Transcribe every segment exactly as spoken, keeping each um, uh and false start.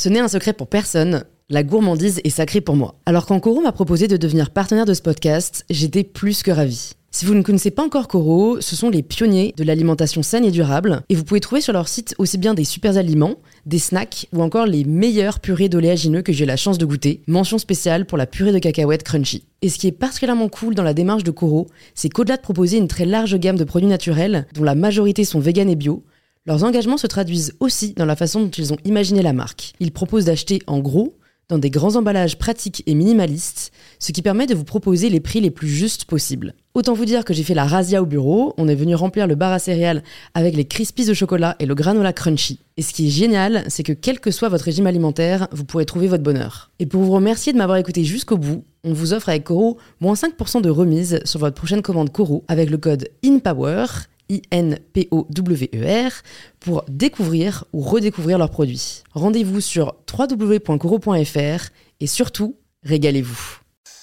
Ce n'est un secret pour personne, la gourmandise est sacrée pour moi. Alors quand Koro m'a proposé de devenir partenaire de ce podcast, j'étais plus que ravie. Si vous ne connaissez pas encore Koro, ce sont les pionniers de l'alimentation saine et durable, et vous pouvez trouver sur leur site aussi bien des super aliments, des snacks ou encore les meilleures purées d'oléagineux que j'ai eu la chance de goûter. Mention spéciale pour la purée de cacahuètes crunchy. Et ce qui est particulièrement cool dans la démarche de Koro, c'est qu'au-delà de proposer une très large gamme de produits naturels, dont la majorité sont véganes et bio, leurs engagements se traduisent aussi dans la façon dont ils ont imaginé la marque. Ils proposent d'acheter en gros, dans des grands emballages pratiques et minimalistes, ce qui permet de vous proposer les prix les plus justes possibles. Autant vous dire que j'ai fait la razzia au bureau, on est venu remplir le bar à céréales avec les Crispies au chocolat et le granola crunchy. Et ce qui est génial, c'est que quel que soit votre régime alimentaire, vous pourrez trouver votre bonheur. Et pour vous remercier de m'avoir écouté jusqu'au bout, on vous offre avec Koro moins cinq pour cent de remise sur votre prochaine commande Koro avec le code INPOWER, I N P O W E R, pour découvrir ou redécouvrir leurs produits. Rendez-vous sur w w w point koro point f r et surtout, régalez-vous.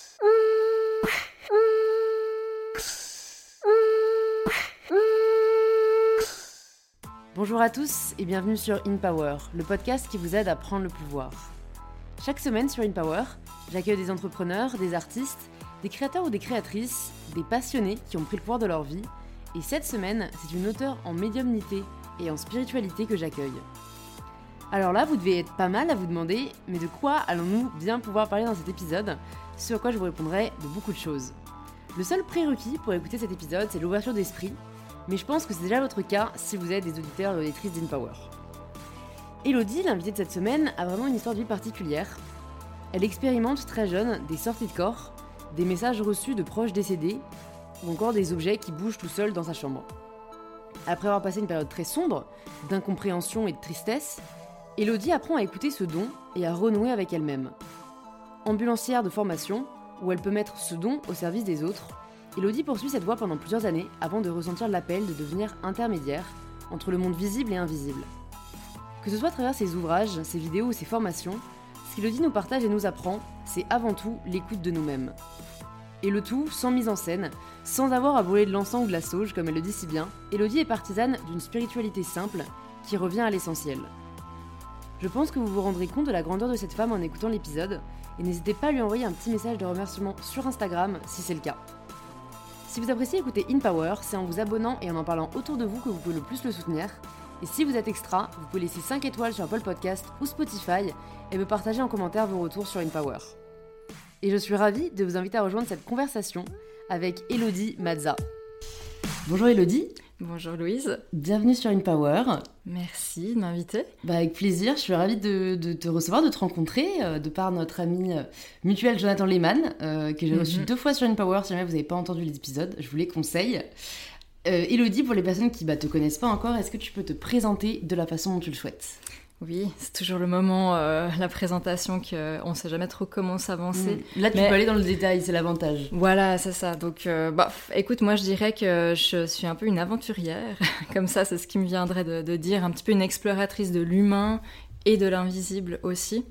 Bonjour à tous et bienvenue sur InPower, le podcast qui vous aide à prendre le pouvoir. Chaque semaine sur InPower, j'accueille des entrepreneurs, des artistes, des créateurs ou des créatrices, des passionnés qui ont pris le pouvoir de leur vie. Et cette semaine, c'est une auteure en médiumnité et en spiritualité que j'accueille. Alors là, vous devez être pas mal à vous demander, mais de quoi allons-nous bien pouvoir parler dans cet épisode ? Ce à quoi je vous répondrai de beaucoup de choses. Le seul prérequis pour écouter cet épisode, c'est l'ouverture d'esprit, mais je pense que c'est déjà votre cas si vous êtes des auditeurs et auditrices d'InPower. Elodie, l'invitée de cette semaine, a vraiment une histoire de vie particulière. Elle expérimente très jeune des sorties de corps, des messages reçus de proches décédés, ou encore des objets qui bougent tout seuls dans sa chambre. Après avoir passé une période très sombre, d'incompréhension et de tristesse, Elodie apprend à écouter ce don et à renouer avec elle-même. Ambulancière de formation, où elle peut mettre ce don au service des autres, Elodie poursuit cette voie pendant plusieurs années avant de ressentir l'appel de devenir intermédiaire entre le monde visible et invisible. Que ce soit à travers ses ouvrages, ses vidéos ou ses formations, ce qu'Elodie nous partage et nous apprend, c'est avant tout l'écoute de nous-mêmes. Et le tout sans mise en scène, sans avoir à brûler de l'encens ou de la sauge, comme elle le dit si bien, Elodie est partisane d'une spiritualité simple qui revient à l'essentiel. Je pense que vous vous rendrez compte de la grandeur de cette femme en écoutant l'épisode, et n'hésitez pas à lui envoyer un petit message de remerciement sur Instagram si c'est le cas. Si vous appréciez écouter InPower, c'est en vous abonnant et en en parlant autour de vous que vous pouvez le plus le soutenir. Et si vous êtes extra, vous pouvez laisser cinq étoiles sur Apple Podcast ou Spotify et me partager en commentaire vos retours sur InPower. Et je suis ravie de vous inviter à rejoindre cette conversation avec Elodie Mazza. Bonjour Elodie. Bonjour Louise. Bienvenue sur InPower. Merci de m'inviter. Bah avec plaisir, je suis ravie de, de te recevoir, de te rencontrer, euh, de par notre ami euh, mutuel Jonathan Lehmann, euh, que j'ai mm-hmm. reçu deux fois sur InPower. Si jamais vous n'avez pas entendu les épisodes, je vous les conseille. Euh, Elodie, pour les personnes qui ne bah, te connaissent pas encore, est-ce que tu peux te présenter de la façon dont tu le souhaites ? Oui, c'est toujours le moment, euh, la présentation, qu'on ne sait jamais trop comment s'avancer. Mmh. Là, tu Mais... peux aller dans le détail, c'est l'avantage. Voilà, c'est ça. Donc, euh, bah, écoute, moi, je dirais que je suis un peu une aventurière. Comme ça, c'est ce qui me viendrait de, de dire. Un petit peu une exploratrice de l'humain et de l'invisible aussi.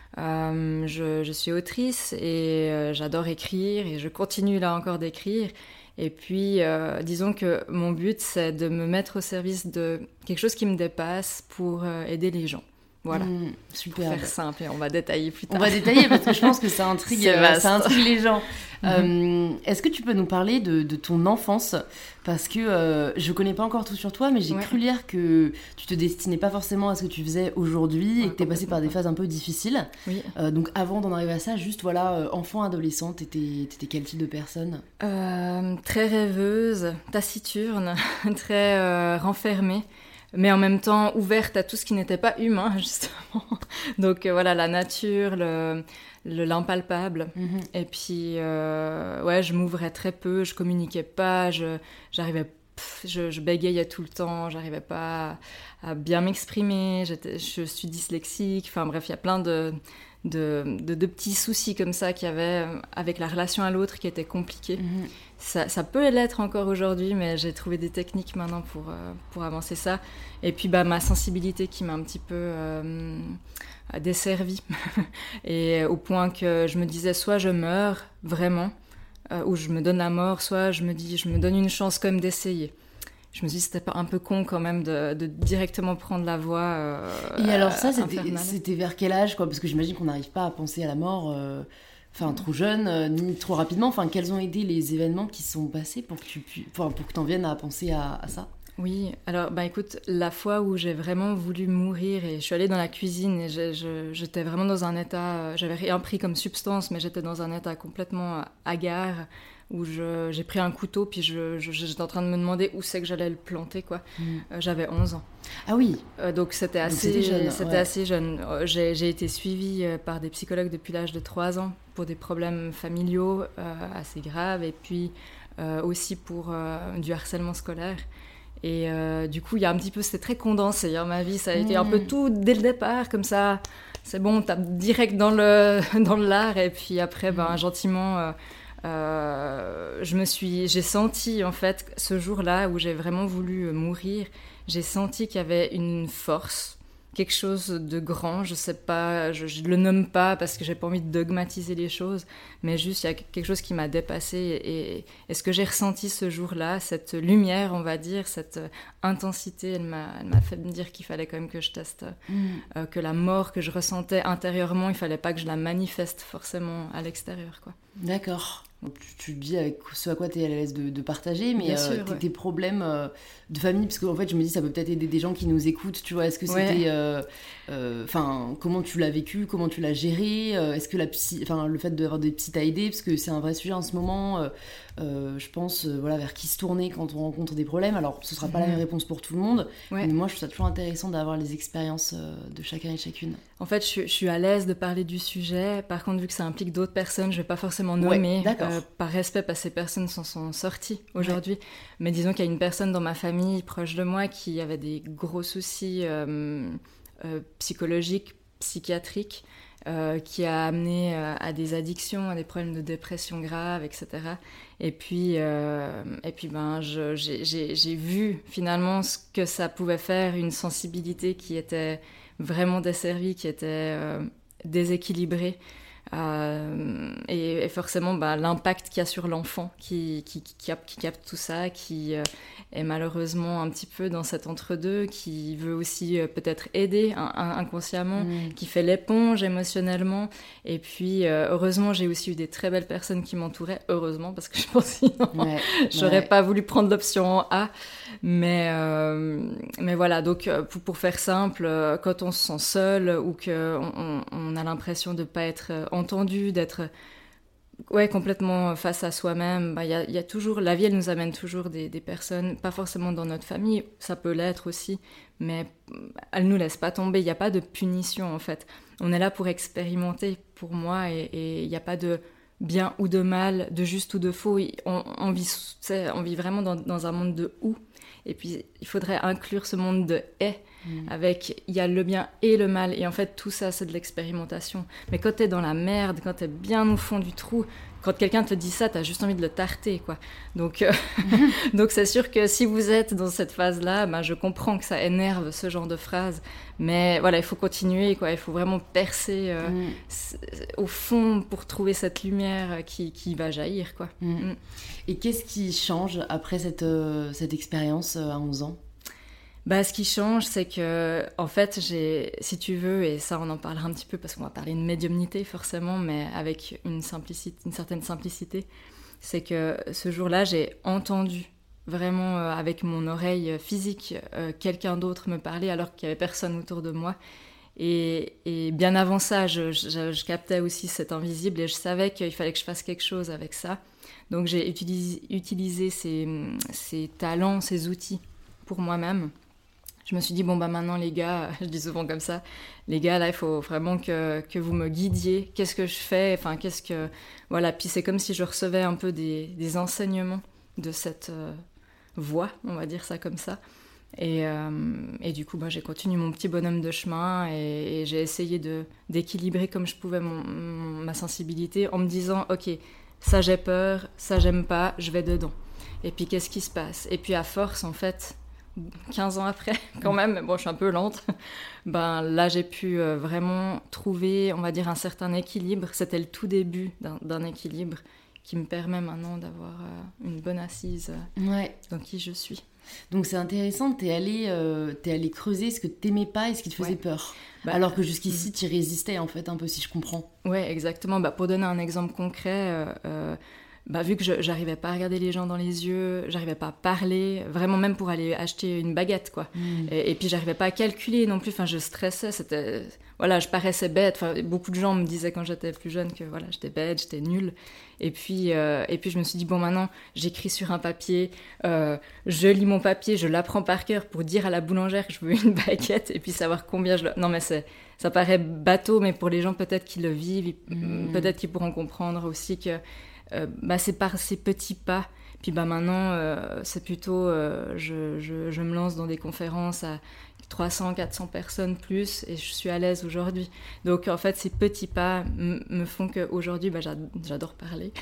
Euh, je, je suis autrice et euh, j'adore écrire et je continue là encore d'écrire. Et puis, euh, disons que mon but, c'est de me mettre au service de quelque chose qui me dépasse pour euh, aider les gens. Voilà, mmh, super. Pour faire simple, et on va détailler plus tard. On va détailler parce que je pense que ça intrigue, euh, ça intrigue les gens. Mmh. Euh, est-ce que tu peux nous parler de, de ton enfance ? Parce que euh, je connais pas encore tout sur toi, mais j'ai ouais. cru lire que tu te destinais pas forcément à ce que tu faisais aujourd'hui ouais, et que t'es passée par des phases un peu difficiles. Oui. Euh, donc avant d'en arriver à ça, juste voilà, euh, enfant, adolescente, t'étais, t'étais quel type de personne ? euh, Très rêveuse, taciturne, très euh, renfermée. Mais en même temps ouverte à tout ce qui n'était pas humain, justement. Donc euh, voilà, la nature, le, le, l'impalpable. Mm-hmm. Et puis, euh, ouais, je m'ouvrais très peu, je communiquais pas, je, j'arrivais, pff, je, je bégayais tout le temps, j'arrivais pas à, à bien m'exprimer, j'étais, je suis dyslexique, enfin bref, il y a plein de... De, de, de petits soucis comme ça qu'il y avait avec la relation à l'autre qui était compliquée. Mmh. Ça, ça peut l'être encore aujourd'hui, mais j'ai trouvé des techniques maintenant pour, euh, pour avancer ça. Et puis bah, ma sensibilité qui m'a un petit peu euh, desservie. Et au point que je me disais soit je meurs vraiment, euh, ou je me donne la mort, soit je me dis je me donne une chance quand même d'essayer. je me suis dit c'était pas un peu con quand même de, de directement prendre la voie euh, Et alors ça, c'était, infernale. c'était vers quel âge quoi? Parce que j'imagine qu'on n'arrive pas à penser à la mort, enfin euh, trop jeune, euh, ni trop rapidement. Enfin, quels ont été les événements qui se sont passés pour que tu pu... enfin, pour que t'en viennes à penser à, à ça? Oui, alors bah écoute, la fois où j'ai vraiment voulu mourir et je suis allée dans la cuisine et je, je, j'étais vraiment dans un état, j'avais rien pris comme substance, mais j'étais dans un état complètement hagard où je, j'ai pris un couteau puis je, je, j'étais en train de me demander où c'est que j'allais le planter quoi. Mm. Euh, j'avais onze ans. Ah oui. Euh, donc c'était assez, donc c'était jeune. C'était ouais. assez jeune. J'ai, j'ai été suivie par des psychologues depuis l'âge de trois ans pour des problèmes familiaux euh, assez graves et puis euh, aussi pour euh, du harcèlement scolaire. Et euh, du coup, il y a un petit peu, c'était très condensé. Hein, ma vie, ça a été mmh. un peu tout dès le départ, comme ça. C'est bon, on tape direct dans le dans le lard. Et puis après, ben gentiment, euh, euh, je me suis, j'ai senti en fait ce jour-là où j'ai vraiment voulu mourir, j'ai senti qu'il y avait une force, quelque chose de grand. Je sais pas, je, je le nomme pas parce que j'ai pas envie de dogmatiser les choses, mais juste il y a quelque chose qui m'a dépassée et, et ce que j'ai ressenti ce jour-là, cette lumière, on va dire, cette intensité, elle m'a, elle m'a fait me dire qu'il fallait quand même que je teste, mmh. euh, que la mort que je ressentais intérieurement, il fallait pas que je la manifeste forcément à l'extérieur, quoi. D'accord. Donc, tu, tu dis avec ce à quoi tu es à l'aise de, de partager, mais euh, sûr, tes, ouais. tes problèmes euh, de famille, parce qu'en fait, je me dis, ça peut peut-être aider des gens qui nous écoutent, tu vois. Est-ce que c'était. Enfin, ouais. euh, euh, comment tu l'as vécu, comment tu l'as géré euh, Est-ce que la psy, enfin, le fait d'avoir des psys t'a aidé Parce que c'est un vrai sujet en ce moment, euh, euh, je pense, euh, voilà, vers qui se tourner quand on rencontre des problèmes. Alors, ce sera pas mmh. la même réponse pour tout le monde, ouais. mais moi, je trouve ça toujours intéressant d'avoir les expériences euh, de chacun et chacune. En fait, je, je suis à l'aise de parler du sujet. Par contre, vu que ça implique d'autres personnes, je vais pas forcément nommer, ouais, euh, par respect, parce que ces personnes s'en sont sorties aujourd'hui. Ouais. Mais disons qu'il y a une personne dans ma famille, proche de moi, qui avait des gros soucis euh, euh, psychologiques, psychiatriques, euh, qui a amené euh, à des addictions, à des problèmes de dépression graves, et cetera. Et puis, euh, et puis ben, je, j'ai, j'ai, j'ai vu finalement ce que ça pouvait faire, une sensibilité qui était vraiment desservie, qui était euh, déséquilibrée. Euh, et, et forcément bah, l'impact qu'il y a sur l'enfant qui, qui, qui, capte, qui capte tout ça, qui euh, est malheureusement un petit peu dans cet entre-deux, qui veut aussi euh, peut-être aider un, un, inconsciemment, mmh. qui fait l'éponge émotionnellement. Et puis euh, heureusement j'ai aussi eu des très belles personnes qui m'entouraient, heureusement, parce que je pense que sinon ouais, j'aurais ouais. pas voulu prendre l'option A. Mais, euh, mais voilà, donc pour, pour faire simple, quand on se sent seul ou qu'on on, on a l'impression de ne pas être entendu, d'être ouais, complètement face à soi-même, bah, y a, y a toujours, la vie elle nous amène toujours des, des personnes, pas forcément dans notre famille, ça peut l'être aussi, mais elle ne nous laisse pas tomber, il n'y a pas de punition en fait. On est là pour expérimenter, pour moi, et il n'y a pas de bien ou de mal, de juste ou de faux. On, on, vit, on vit vraiment dans, dans un monde de ou. Et puis, il faudrait inclure ce monde de « et mmh. », avec il y a le bien et le mal. Et en fait, tout ça, c'est de l'expérimentation. Mais quand t'es dans la merde, quand t'es bien au fond du trou, quand quelqu'un te dit ça, t'as juste envie de le tarter, quoi. Donc, euh, mmh. donc c'est sûr que si vous êtes dans cette phase-là, bah, je comprends que ça énerve, ce genre de phrase. Mais voilà, il faut continuer, quoi. Il faut vraiment percer euh, mmh. au fond pour trouver cette lumière qui, qui va jaillir, quoi. Mmh. Mmh. Et qu'est-ce qui change après cette, euh, cette expérience euh, à onze ans ? Bah, ce qui change, c'est que, en fait, j'ai, si tu veux, et ça on en parlera un petit peu parce qu'on va parler de médiumnité forcément, mais avec une simplicité, une certaine simplicité, c'est que ce jour-là, j'ai entendu vraiment euh, avec mon oreille physique euh, quelqu'un d'autre me parler alors qu'il y avait personne autour de moi. Et, et bien avant ça, je, je, je captais aussi cet invisible et je savais qu'il fallait que je fasse quelque chose avec ça. Donc j'ai utilisé, utilisé ces, ces talents, ces outils pour moi-même. Je me suis dit, bon, bah maintenant, les gars, je dis souvent comme ça, les gars, là, il faut vraiment que, que vous me guidiez. Qu'est-ce que je fais ? Enfin, qu'est-ce que... Voilà, puis c'est comme si je recevais un peu des, des enseignements de cette euh, voie, on va dire ça comme ça. Et, euh, et du coup, bah, j'ai continué mon petit bonhomme de chemin et, et j'ai essayé de, d'équilibrer comme je pouvais mon, mon, ma sensibilité en me disant, ok, ça j'ai peur, ça j'aime pas, je vais dedans. Et puis, qu'est-ce qui se passe ? Et puis, à force, en fait... quinze ans après, quand même, mais bon, je suis un peu lente, ben, là, j'ai pu euh, vraiment trouver, on va dire, un certain équilibre. C'était le tout début d'un, d'un équilibre qui me permet maintenant d'avoir euh, une bonne assise euh, ouais. dans qui je suis. Donc c'est intéressant, t'es allé, euh, t'es allé creuser ce que t'aimais pas et ce qui te faisait ouais. peur. Bah, alors que jusqu'ici, mmh. tu résistais en fait un peu, si je comprends. Ouais, exactement. Bah, pour donner un exemple concret, euh, euh, bah, vu que je j'arrivais pas à regarder les gens dans les yeux, j'arrivais pas à parler, vraiment même pour aller acheter une baguette, quoi. Mmh. Et, et puis j'arrivais pas à calculer non plus. Enfin, je stressais. C'était, voilà, je paraissais bête. Enfin, beaucoup de gens me disaient quand j'étais plus jeune que voilà, j'étais bête, j'étais nulle. Et puis, euh, et puis je me suis dit bon, maintenant, j'écris sur un papier, euh, je lis mon papier, je l'apprends par cœur pour dire à la boulangère que je veux une baguette et puis savoir combien je. Non, mais c'est, ça paraît bateau, mais pour les gens peut-être qui le vivent, mmh. peut-être qu'ils pourront comprendre aussi que. Euh, bah, c'est par ces petits pas. Puis bah, maintenant, euh, c'est plutôt, euh, je, je, je me lance dans des conférences à trois cents, quatre cents personnes plus, et je suis à l'aise aujourd'hui. Donc en fait, ces petits pas m- me font qu'aujourd'hui, bah, j'ad- j'adore parler.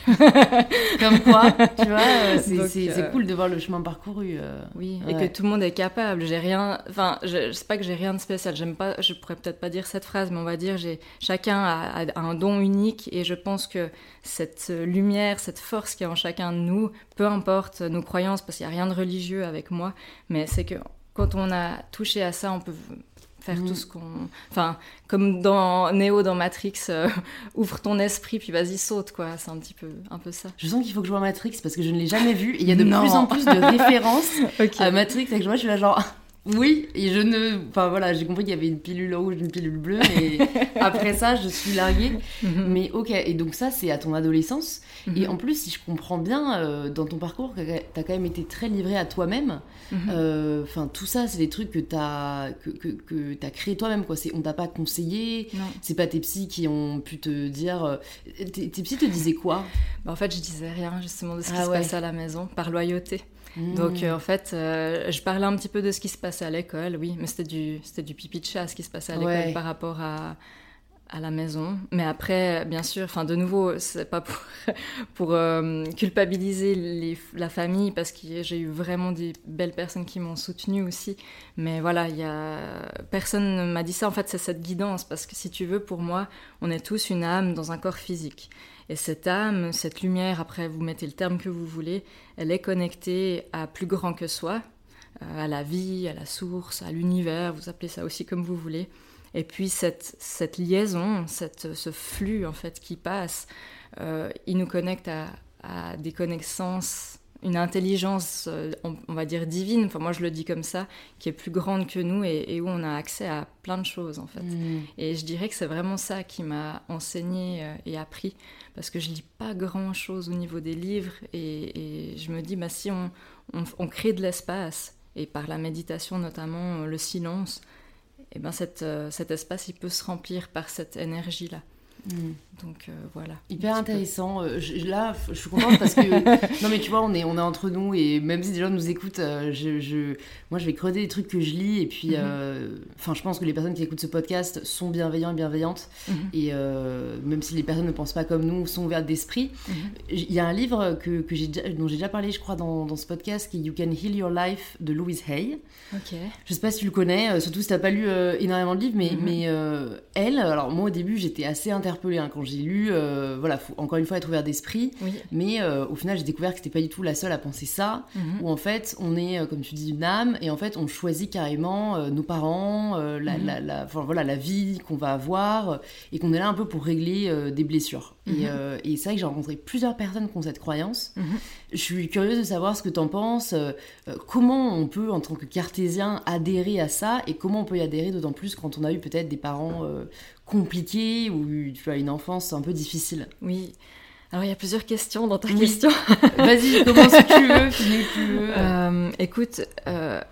Comme quoi, tu vois, euh, c'est, Donc, c'est, euh... c'est cool de voir le chemin parcouru. Euh... Oui, ouais. Et que tout le monde est capable. J'ai rien, enfin, je, je sais pas que j'ai rien de spécial. J'aime pas, je pourrais peut-être pas dire cette phrase, mais on va dire, j'ai chacun a, a un don unique, et je pense que cette lumière, cette force qui est en chacun de nous, peu importe nos croyances, parce qu'il y a rien de religieux avec moi, mais c'est que quand on a touché à ça, on peut faire mmh. tout ce qu'on... Enfin, comme dans Neo dans Matrix, euh, ouvre ton esprit, puis vas-y, saute, quoi. C'est un petit peu, un peu ça. Je sens qu'il faut que je vois Matrix, parce que je ne l'ai jamais vu, et il y a de non. plus en plus de références okay. à Matrix, et que moi, je suis là genre... Oui, et je ne... Enfin voilà, j'ai compris qu'il y avait une pilule rouge, une pilule bleue, et après ça, je suis larguée. Mm-hmm. Mais ok, et donc ça, c'est à ton adolescence. Mm-hmm. Et en plus, si je comprends bien, euh, dans ton parcours, t'as quand même été très livrée à toi-même. Enfin, mm-hmm. euh, tout ça, c'est des trucs que t'as, que, que, que t'as créé toi-même, quoi. C'est, on t'a pas conseillé, non. C'est pas tes psys qui ont pu te dire... Euh, tes, tes psys te disaient quoi? Bah, en fait, je disais rien, justement, de ce qui ah, se ouais. passait à la maison, par loyauté. Mmh. Donc euh, en fait, euh, je parlais un petit peu de ce qui se passait à l'école, oui, mais c'était du, c'était du pipi de chat ce qui se passait à l'école ouais. par rapport à, à la maison. Mais après, bien sûr, enfin de nouveau, c'est pas pour, pour euh, culpabiliser les, la famille, parce que j'ai eu vraiment des belles personnes qui m'ont soutenue aussi. Mais voilà, y a, personne ne m'a dit ça. En fait, c'est cette guidance, parce que si tu veux, pour moi, on est tous une âme dans un corps physique. Et cette âme, cette lumière, après vous mettez le terme que vous voulez, elle est connectée à plus grand que soi, à la vie, à la source, à l'univers, vous appelez ça aussi comme vous voulez. Et puis cette, cette liaison, cette, ce flux en fait qui passe, euh, il nous connecte à, à des connaissances, une intelligence, euh, on, on va dire divine, enfin moi je le dis comme ça, qui est plus grande que nous et, et où on a accès à plein de choses en fait. Mmh. Et je dirais que c'est vraiment ça qui m'a enseigné euh, et appris, parce que je lis pas grand chose au niveau des livres, et, et je me dis bah si on, on, on crée de l'espace, et par la méditation notamment, le silence, et ben cette, euh, cet espace il peut se remplir par cette énergie là. Mmh. Donc euh, voilà. Hyper intéressant. Euh, je, là, je suis contente parce que non mais tu vois, on est on est entre nous, et même si des gens nous écoutent, euh, je, je moi je vais creuser les trucs que je lis, et puis enfin mmh. euh, je pense que les personnes qui écoutent ce podcast sont bienveillants et bienveillantes, mmh. et euh, même si les personnes ne pensent pas comme nous, sont ouvertes d'esprit. Il mmh. y a un livre que que j'ai dont j'ai déjà parlé, je crois, dans dans ce podcast, qui est You Can Heal Your Life de Louise Hay. Ok. Je sais pas si tu le connais, surtout si t'as pas lu euh, énormément de livres, mais mmh. mais euh, elle, alors moi au début j'étais assez interpellée hein, quand j'ai lu, euh, voilà, faut encore une fois être ouvert d'esprit, oui. mais euh, au final j'ai découvert que c'était pas du tout la seule à penser ça, mm-hmm. où en fait on est, euh, comme tu dis, une âme, et en fait on choisit carrément euh, nos parents, euh, la, mm-hmm. la, la, enfin, voilà, la vie qu'on va avoir, euh, et qu'on est là un peu pour régler euh, des blessures. Mm-hmm. Et, euh, et c'est vrai que j'ai rencontré plusieurs personnes qui ont cette croyance. Mm-hmm. Je suis curieuse de savoir ce que t'en penses, euh, euh, comment on peut en tant que cartésien adhérer à ça, et comment on peut y adhérer d'autant plus quand on a eu peut-être des parents euh, compliqué, ou tu as une enfance un peu difficile. Oui. Alors, il y a plusieurs questions dans ta oui. question. Vas-y, commence si tu veux, finis tu veux. Euh, écoute, euh,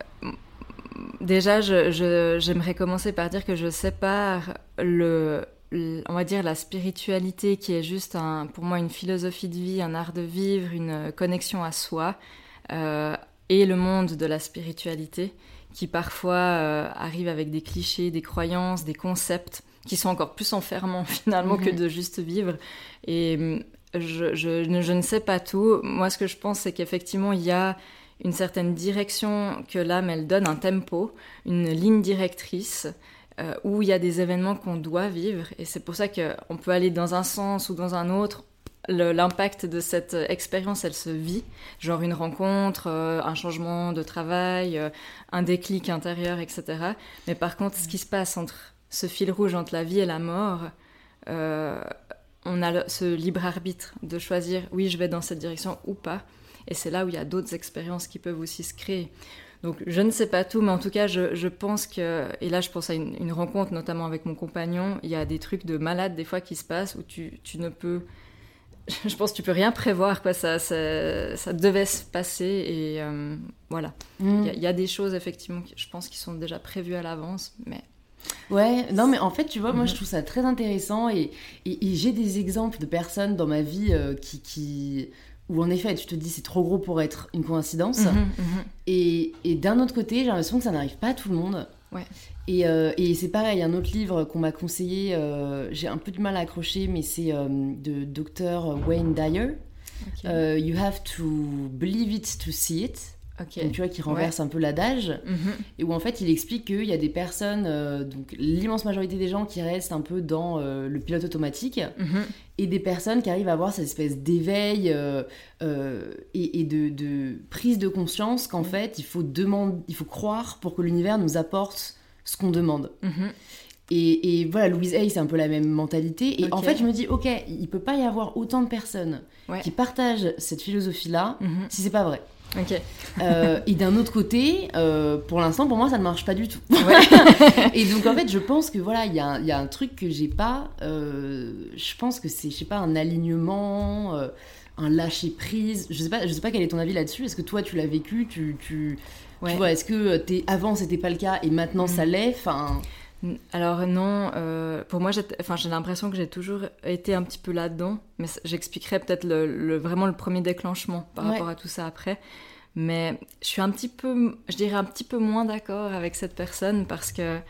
déjà, je, je, j'aimerais commencer par dire que je sépare le, le, on va dire la spiritualité, qui est juste, un, pour moi, une philosophie de vie, un art de vivre, une connexion à soi, euh, et le monde de la spiritualité, qui parfois euh, arrive avec des clichés, des croyances, des concepts, qui sont encore plus enfermants finalement mmh. que de juste vivre. Et je, je, je ne sais pas tout. Moi, ce que je pense, c'est qu'effectivement, il y a une certaine direction que l'âme, elle donne, un tempo, une ligne directrice, euh, où il y a des événements qu'on doit vivre. Et c'est pour ça qu'on peut aller dans un sens ou dans un autre. le, l'impact de cette expérience, elle se vit, genre une rencontre, euh, un changement de travail, euh, un déclic intérieur, et cetera. Mais par contre, ce qui se passe entre ce fil rouge entre la vie et la mort, euh, on a le, ce libre arbitre de choisir, oui, je vais dans cette direction ou pas. Et c'est là où il y a d'autres expériences qui peuvent aussi se créer. Donc, je ne sais pas tout, mais en tout cas, je, je pense que... Et là, je pense à une, une rencontre, notamment avec mon compagnon. Il y a des trucs de malade, des fois, qui se passent où tu, tu ne peux... Je pense que tu peux rien prévoir, quoi. Ça, ça, ça devait se passer et euh, voilà. Mm. Il y a, il y a des choses, effectivement, qui, je pense, qui sont déjà prévues à l'avance, mais... Ouais, non mais en fait tu vois, moi je trouve ça très intéressant et, et, et j'ai des exemples de personnes dans ma vie euh, qui, qui... où en effet tu te dis c'est trop gros pour être une coïncidence mm-hmm, mm-hmm. Et, et d'un autre côté j'ai l'impression que ça n'arrive pas à tout le monde. Ouais. Et, euh, et c'est pareil, un autre livre qu'on m'a conseillé, euh, j'ai un peu de mal à accrocher, mais c'est euh, de docteur Wayne Dyer. Okay. Euh, You have to believe it to see it. Okay. Donc, tu vois, qui renverse ouais. un peu l'adage, mm-hmm. et où en fait il explique qu'il y a des personnes, euh, donc l'immense majorité des gens qui restent un peu dans euh, le pilote automatique, mm-hmm. et des personnes qui arrivent à avoir cette espèce d'éveil euh, euh, et, et de, de prise de conscience qu'en mm-hmm. fait il faut, demander, il faut croire pour que l'univers nous apporte ce qu'on demande. Mm-hmm. Et, et voilà, Louise Hay, c'est un peu la même mentalité. Et okay. en fait, je me dis, ok, il peut pas y avoir autant de personnes ouais. qui partagent cette philosophie-là mm-hmm. si c'est pas vrai. Okay. euh, et d'un autre côté, euh, pour l'instant, pour moi, ça ne marche pas du tout. Ouais. Et donc, en fait, je pense que voilà, il y a, y a un truc que j'ai pas. Euh, je pense que c'est, je sais pas, un alignement, euh, un lâcher prise. Je sais pas, je sais pas quel est ton avis là-dessus. Est-ce que toi, tu l'as vécu, tu, tu, ouais. tu vois, est-ce que t'es, avant c'était pas le cas et maintenant mmh. ça l'est. Enfin. Alors non, euh, pour moi, j'ai, enfin, j'ai l'impression que j'ai toujours été un petit peu là-dedans, mais j'expliquerai peut-être le, le, vraiment le premier déclenchement par ouais. rapport à tout ça après. Mais je suis un petit peu, je dirais un petit peu moins d'accord avec cette personne parce que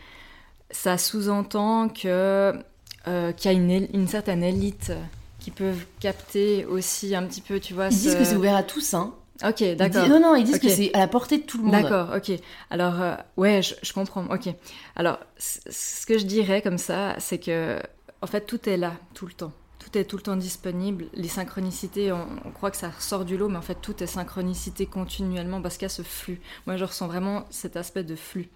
ça sous-entend que, euh, qu'il y a une, une certaine élite qui peut capter aussi un petit peu, tu vois. Ils ce... disent que c'est ouvert à tous, hein. Ok, d'accord. Ils disent, non, non, ils disent okay. que c'est à la portée de tout le monde. D'accord, ok. Alors, euh, ouais, je, je comprends, ok. Alors, c- ce que je dirais comme ça, c'est que, en fait, tout est là, tout le temps. Tout est tout le temps disponible. Les synchronicités, on, on croit que ça ressort du lot, mais en fait, tout est synchronicité continuellement parce qu'il y a ce flux. Moi, je ressens vraiment cet aspect de flux.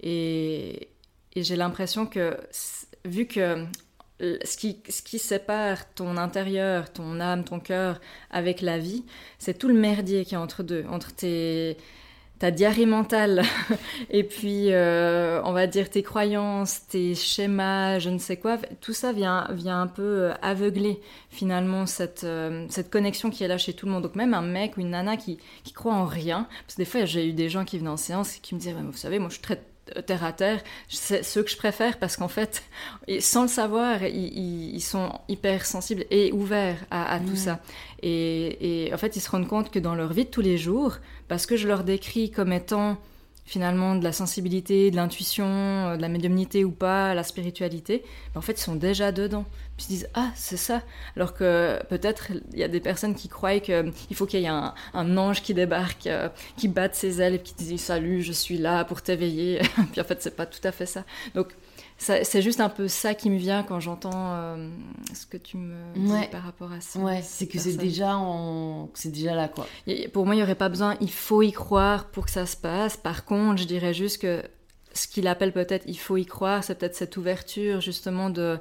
Et, et j'ai l'impression que, vu que... Ce qui, ce qui sépare ton intérieur, ton âme, ton cœur avec la vie, c'est tout le merdier qui est entre deux, entre tes, ta diarrhée mentale et puis, euh, on va dire, tes croyances, tes schémas, je ne sais quoi. Tout ça vient, vient un peu aveugler, finalement, cette, euh, cette connexion qui est là chez tout le monde. Donc même un mec ou une nana qui, qui croit en rien, parce que des fois, j'ai eu des gens qui venaient en séance et qui me disaient « Vous savez, moi, je suis très... terre à terre, c'est ceux que je préfère parce qu'en fait, sans le savoir, ils, ils sont hyper sensibles et ouverts à, à tout mmh. ça. Et, et en fait, ils se rendent compte que dans leur vie de tous les jours, parce que je leur décris comme étant finalement de la sensibilité, de l'intuition, de la médiumnité ou pas, la spiritualité, ben en fait, ils sont déjà dedans. Puis ils se disent « Ah, c'est ça !» Alors que peut-être, il y a des personnes qui croient qu'il faut qu'il y ait un, un ange qui débarque, euh, qui batte ses ailes et qui dit « Salut, je suis là pour t'éveiller !» Puis en fait, c'est pas tout à fait ça. Donc, ça, c'est juste un peu ça qui me vient quand j'entends euh, ce que tu me dis ouais. par rapport à ça. Ouais, c'est que personne. c'est déjà en... c'est déjà là, quoi. Pour moi, il n'y aurait pas besoin, il faut y croire pour que ça se passe. Par contre, je dirais juste que ce qu'il appelle peut-être il faut y croire, c'est peut-être cette ouverture justement de,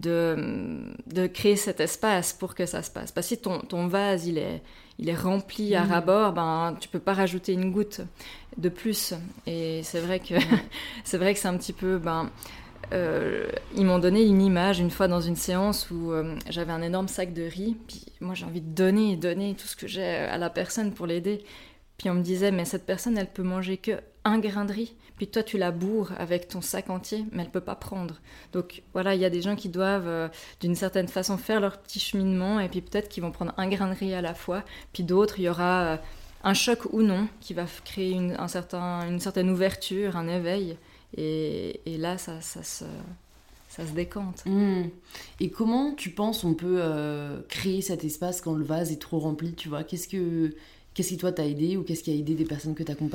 de, de créer cet espace pour que ça se passe. Parce que si ton, ton vase il est, il est rempli à mmh. ras-bord, ben, tu peux pas rajouter une goutte de plus. Et c'est vrai que, mmh. c'est, vrai que c'est un petit peu... Ben, euh, ils m'ont donné une image une fois dans une séance où euh, j'avais un énorme sac de riz, puis moi j'ai envie de donner, donner tout ce que j'ai à la personne pour l'aider. Puis on me disait, mais cette personne, elle peut manger que un grain de riz. Puis toi, tu la bourres avec ton sac entier, mais elle peut pas prendre. Donc voilà, il y a des gens qui doivent, euh, d'une certaine façon, faire leur petit cheminement, et puis peut-être qu'ils vont prendre un grain de riz à la fois. Puis d'autres, il y aura euh, un choc ou non qui va créer une, un certain, une certaine ouverture, un éveil. Et, et là, ça, ça, se, ça se décante. Mmh. Et comment tu penses on peut euh, créer cet espace quand le vase est trop rempli, tu vois ? Qu'est-ce que... Qu'est-ce qui, toi, t'a aidé ou qu'est-ce qui a aidé des personnes que t'accompagnes ?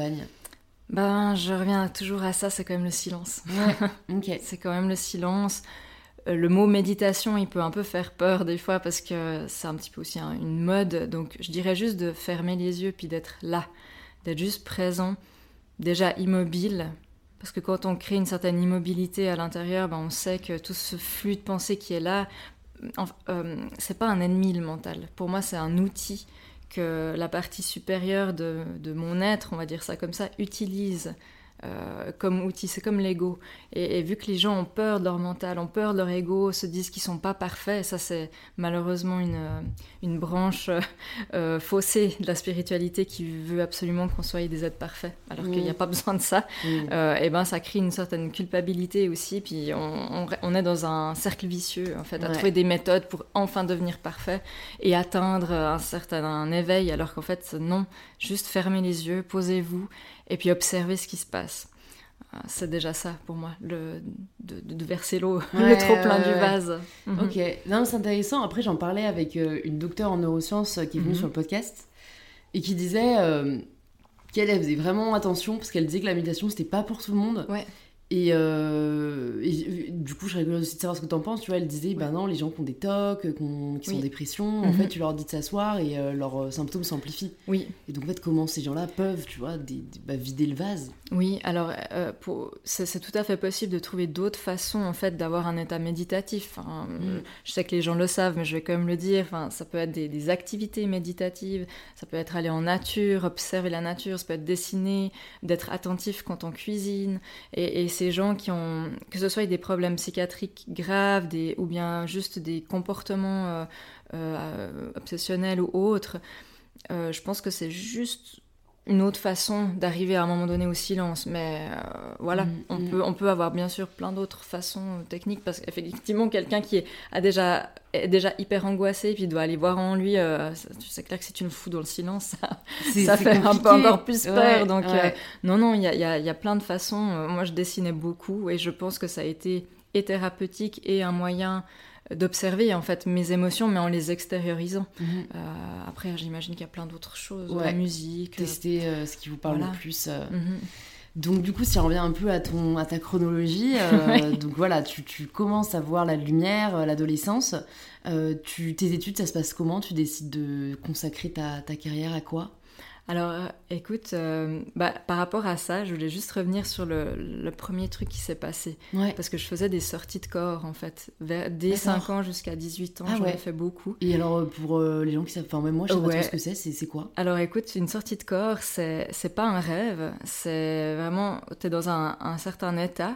Ben, je reviens toujours à ça, c'est quand même le silence. Ouais, ok. C'est quand même le silence. le mot méditation, il peut un peu faire peur des fois parce que c'est un petit peu aussi un, une mode. Donc je dirais juste de fermer les yeux puis d'être là, d'être juste présent, déjà immobile. Parce que quand on crée une certaine immobilité à l'intérieur, ben on sait que tout ce flux de pensée qui est là, euh, c'est pas un ennemi, le mental. Pour moi, c'est un outil que la partie supérieure de, de mon être, on va dire ça comme ça, utilise euh, comme outil. C'est comme l'ego. Et, et vu que les gens ont peur de leur mental, ont peur de leur ego, se disent qu'ils sont pas parfaits, ça c'est malheureusement une, une branche euh, faussée de la spiritualité qui veut absolument qu'on soit des êtres parfaits, alors mmh. qu'il n'y a pas besoin de ça. Mmh. Euh, et ben ça crée une certaine culpabilité aussi, puis on, on, on est dans un cercle vicieux en fait, à ouais. trouver des méthodes pour enfin devenir parfait et atteindre un certain un éveil, alors qu'en fait non, juste fermez les yeux, posez-vous et puis observez ce qui se passe. C'est déjà ça pour moi, le, de, de verser l'eau, ouais, le trop plein ouais, du vase. Ouais. Mm-hmm. Ok, non, c'est intéressant. Après, j'en parlais avec euh, une docteure en neurosciences qui est venue mm-hmm. sur le podcast et qui disait euh, qu'elle elle faisait vraiment attention parce qu'elle disait que la méditation, c'était pas pour tout le monde. Ouais. Et, euh, et du coup, je serais curieuse aussi de savoir ce que t'en penses. Tu vois, elle disait, ouais. ben non, les gens qui ont des tocs, qui, ont, qui oui. sont en dépression, mm-hmm. en fait, tu leur dis de s'asseoir et euh, leurs symptômes s'amplifient. Oui. Et donc, en fait, comment ces gens-là peuvent, tu vois, des, des, bah, vider le vase. Oui, alors, euh, pour, c'est, c'est tout à fait possible de trouver d'autres façons, en fait, d'avoir un état méditatif. Enfin, mm. Je sais que les gens le savent, mais je vais quand même le dire. Enfin, ça peut être des, des activités méditatives, ça peut être aller en nature, observer la nature, ça peut être dessiner, d'être attentif quand on cuisine. Et, et c'est ces gens qui ont, que ce soit des problèmes psychiatriques graves des, ou bien juste des comportements euh, euh, obsessionnels ou autres, euh, je pense que c'est juste une autre façon d'arriver à un moment donné au silence. Mais euh, voilà, mmh, on, mmh. Peut, on peut avoir bien sûr plein d'autres façons techniques, parce qu'effectivement, quelqu'un qui est, a déjà, est déjà hyper angoissé, puis doit aller voir en lui, euh, c'est clair que si tu le fous dans le silence, ça, c'est, ça c'est fait compliqué. Un peu encore plus peur. Ouais, donc ouais. Euh, non, non, il y a, y, a, y a plein de façons. Moi, je dessinais beaucoup, et je pense que ça a été et thérapeutique et un moyen d'observer en fait mes émotions, mais en les extériorisant. Mmh. Euh, après, j'imagine qu'il y a plein d'autres choses, ouais. la musique. Tester euh, ce qui vous parle voilà. le plus. Euh... Mmh. Donc du coup, si on revient un peu à, ton, à ta chronologie, euh, donc voilà, tu, tu commences à voir la lumière, euh, l'adolescence. Euh, tu, tes études, ça se passe comment ? Tu décides de consacrer ta, ta carrière à quoi ? Alors, euh, écoute, euh, bah, par rapport à ça, je voulais juste revenir sur le, le premier truc qui s'est passé. Ouais. Parce que je faisais des sorties de corps, en fait. Vers, dès cinq ans jusqu'à dix-huit ans, ah, j'en ai ouais. fait beaucoup. Et alors, pour euh, les gens qui savent... Enfin, même moi, je sais ouais. pas trop ce que c'est. c'est. C'est quoi ? Alors, écoute, une sortie de corps, c'est, c'est pas un rêve. C'est vraiment... T'es dans un, un certain état,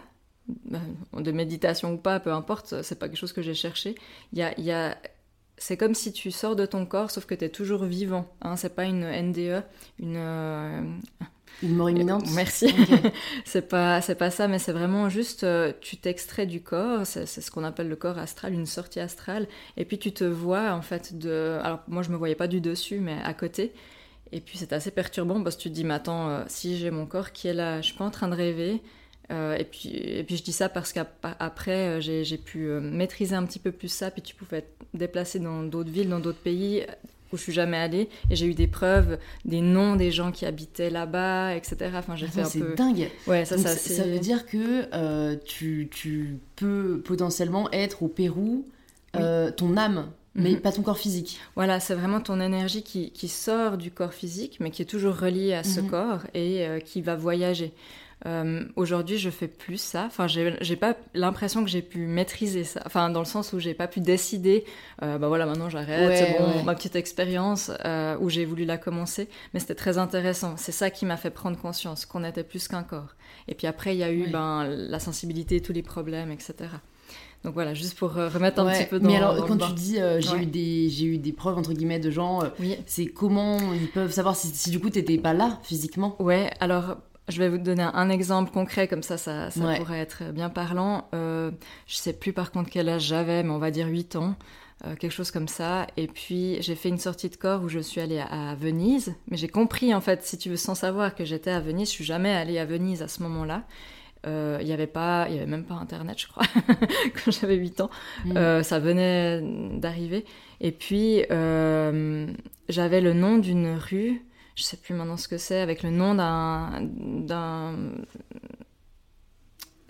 de méditation ou pas, peu importe. C'est pas quelque chose que j'ai cherché. Il y a... Y a C'est comme si tu sors de ton corps, sauf que tu es toujours vivant. Hein, c'est pas une N D E, une... Euh... Une mort imminente. Merci. Okay. c'est pas, c'est pas ça, mais c'est vraiment juste, euh, tu t'extrais du corps, c'est, c'est ce qu'on appelle le corps astral, une sortie astrale, et puis tu te vois, en fait, de... Alors, moi, je me voyais pas du dessus, mais à côté, et puis c'est assez perturbant, parce que tu te dis, mais attends, euh, si j'ai mon corps qui est là, je suis pas en train de rêver. Euh, et, puis, et puis je dis ça parce qu'après euh, j'ai, j'ai pu euh, maîtriser un petit peu plus ça, puis tu pouvais te déplacer dans d'autres villes, dans d'autres pays où je suis jamais allée, et j'ai eu des preuves, des noms des gens qui habitaient là-bas, et cetera. Enfin, j'ai Attends, fait un c'est peu... dingue. Ouais, ça, Donc, ça, c'est... ça veut dire que euh, tu, tu peux potentiellement être au Pérou, euh, oui. ton âme, mais mm-hmm. pas ton corps physique. Voilà, c'est vraiment ton énergie qui, qui sort du corps physique, mais qui est toujours reliée à ce mm-hmm. corps et euh, qui va voyager. Euh, aujourd'hui, je fais plus ça. Enfin, j'ai, j'ai pas l'impression que j'ai pu maîtriser ça. Enfin, dans le sens où j'ai pas pu décider. Euh, bah voilà, maintenant j'arrête. Ouais, c'est bon, ouais. ma petite expérience euh, où j'ai voulu la commencer. Mais c'était très intéressant. C'est ça qui m'a fait prendre conscience qu'on était plus qu'un corps. Et puis après, il y a eu ouais. ben la sensibilité, tous les problèmes, et cetera. Donc voilà, juste pour euh, remettre un ouais, petit peu dans. Mais alors, dans quand tu dis euh, j'ai ouais. eu des j'ai eu des preuves entre guillemets de gens, euh, oui. c'est comment ils peuvent savoir si, si du coup t'étais pas là physiquement. Ouais, alors. Je vais vous donner un exemple concret, comme ça, ça, ça ouais. pourrait être bien parlant. Euh, je sais plus par contre quel âge j'avais, mais on va dire huit ans, euh, quelque chose comme ça. Et puis, j'ai fait une sortie de corps où je suis allée à, à Venise. Mais j'ai compris, en fait, si tu veux, sans savoir que j'étais à Venise, je suis jamais allée à Venise à ce moment-là. Il euh, y avait pas, il y avait même pas Internet, je crois, quand j'avais huit ans. Mmh. Euh, ça venait d'arriver. Et puis, euh, j'avais le nom d'une rue... Je sais plus maintenant ce que c'est, avec le nom d'un, d'un...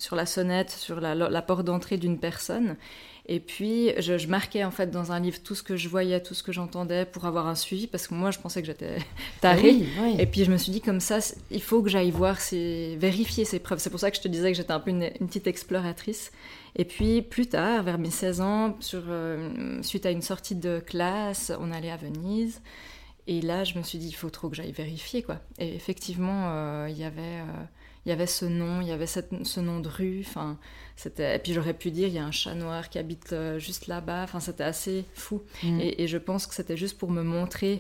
sur la sonnette, sur la, la porte d'entrée d'une personne. Et puis, je, je marquais en fait dans un livre tout ce que je voyais, tout ce que j'entendais pour avoir un suivi, parce que moi, je pensais que j'étais tarée. Oui, oui. Et puis, je me suis dit, comme ça, il faut que j'aille voir, ces, vérifier ces preuves. C'est pour ça que je te disais que j'étais un peu une, une petite exploratrice. Et puis, plus tard, vers mes seize ans, sur, euh, suite à une sortie de classe, on allait à Venise. Et là, je me suis dit, il faut trop que j'aille vérifier, quoi. Et effectivement, euh, il y avait... Euh, il y avait ce nom, il y avait cette, ce nom de rue, enfin, c'était... Et puis j'aurais pu dire, il y a un chat noir qui habite euh, juste là-bas, enfin, c'était assez fou. Mmh. Et, et je pense que c'était juste pour me montrer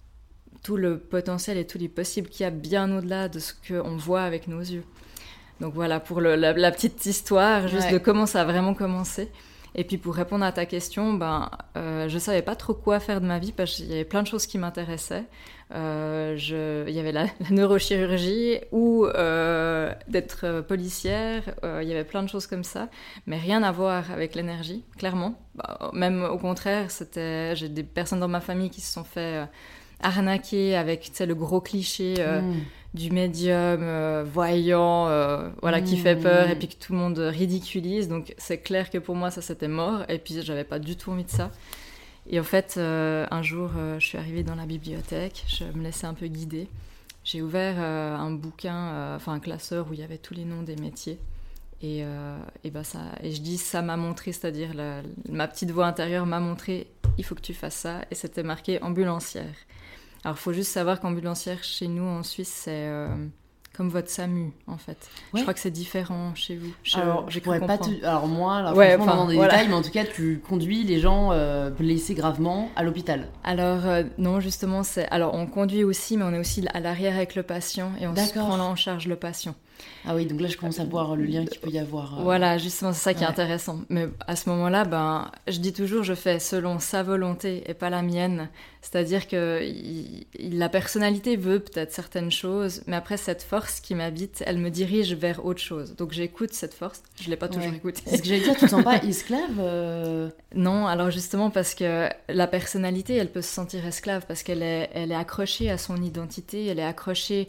tout le potentiel et tous les possibles qu'il y a bien au-delà de ce qu'on voit avec nos yeux. Donc voilà, pour le, la, la petite histoire, juste ouais. de comment ça a vraiment commencé. Et puis pour répondre à ta question, ben, euh, je ne savais pas trop quoi faire de ma vie parce qu'il y avait plein de choses qui m'intéressaient. Euh, je, il y avait la, la neurochirurgie ou euh, d'être policière, euh, il y avait plein de choses comme ça, mais rien à voir avec l'énergie, clairement. Bah, même au contraire, c'était, j'ai des personnes dans ma famille qui se sont fait euh, arnaquer avec le gros cliché euh, mmh. du médium euh, voyant, euh, voilà, mmh. qui fait peur et puis que tout le monde ridiculise. Donc c'est clair que pour moi, ça c'était mort et puis j'avais pas du tout envie de ça. Et en fait, euh, un jour, euh, je suis arrivée dans la bibliothèque, je me laissais un peu guider. J'ai ouvert euh, un bouquin, enfin euh, un classeur où il y avait tous les noms des métiers. Et, euh, et, bah ça, et je dis, ça m'a montré, c'est-à-dire la, ma petite voix intérieure m'a montré, il faut que tu fasses ça. Et c'était marqué ambulancière. Alors, il faut juste savoir qu'ambulancière, chez nous, en Suisse, c'est... Euh, comme votre SAMU, en fait. Ouais. Je crois que c'est différent chez vous. Chez alors, j'ai je pourrais pas te... Alors moi, là, ouais, franchement, enfin, dans des voilà. détails, mais en tout cas, tu conduis les gens euh, blessés gravement à l'hôpital. Alors, euh, non, justement, c'est... Alors, on conduit aussi, mais on est aussi à l'arrière avec le patient et on se prend là en charge le patient. Ah oui, donc là, je commence à voir le lien qu'il peut y avoir. Euh... Voilà, justement, c'est ça qui ouais. est intéressant. Mais à ce moment-là, ben, je dis toujours, je fais selon sa volonté et pas la mienne. C'est-à-dire que il, la personnalité veut peut-être certaines choses, mais après, cette force qui m'habite, elle me dirige vers autre chose. Donc, j'écoute cette force. Je ne l'ai pas toujours ouais. écoutée. C'est ce que j'allais dire, tu ne te sens pas esclave euh... Non, alors justement, parce que la personnalité, elle peut se sentir esclave parce qu'elle est, elle est accrochée à son identité, elle est accrochée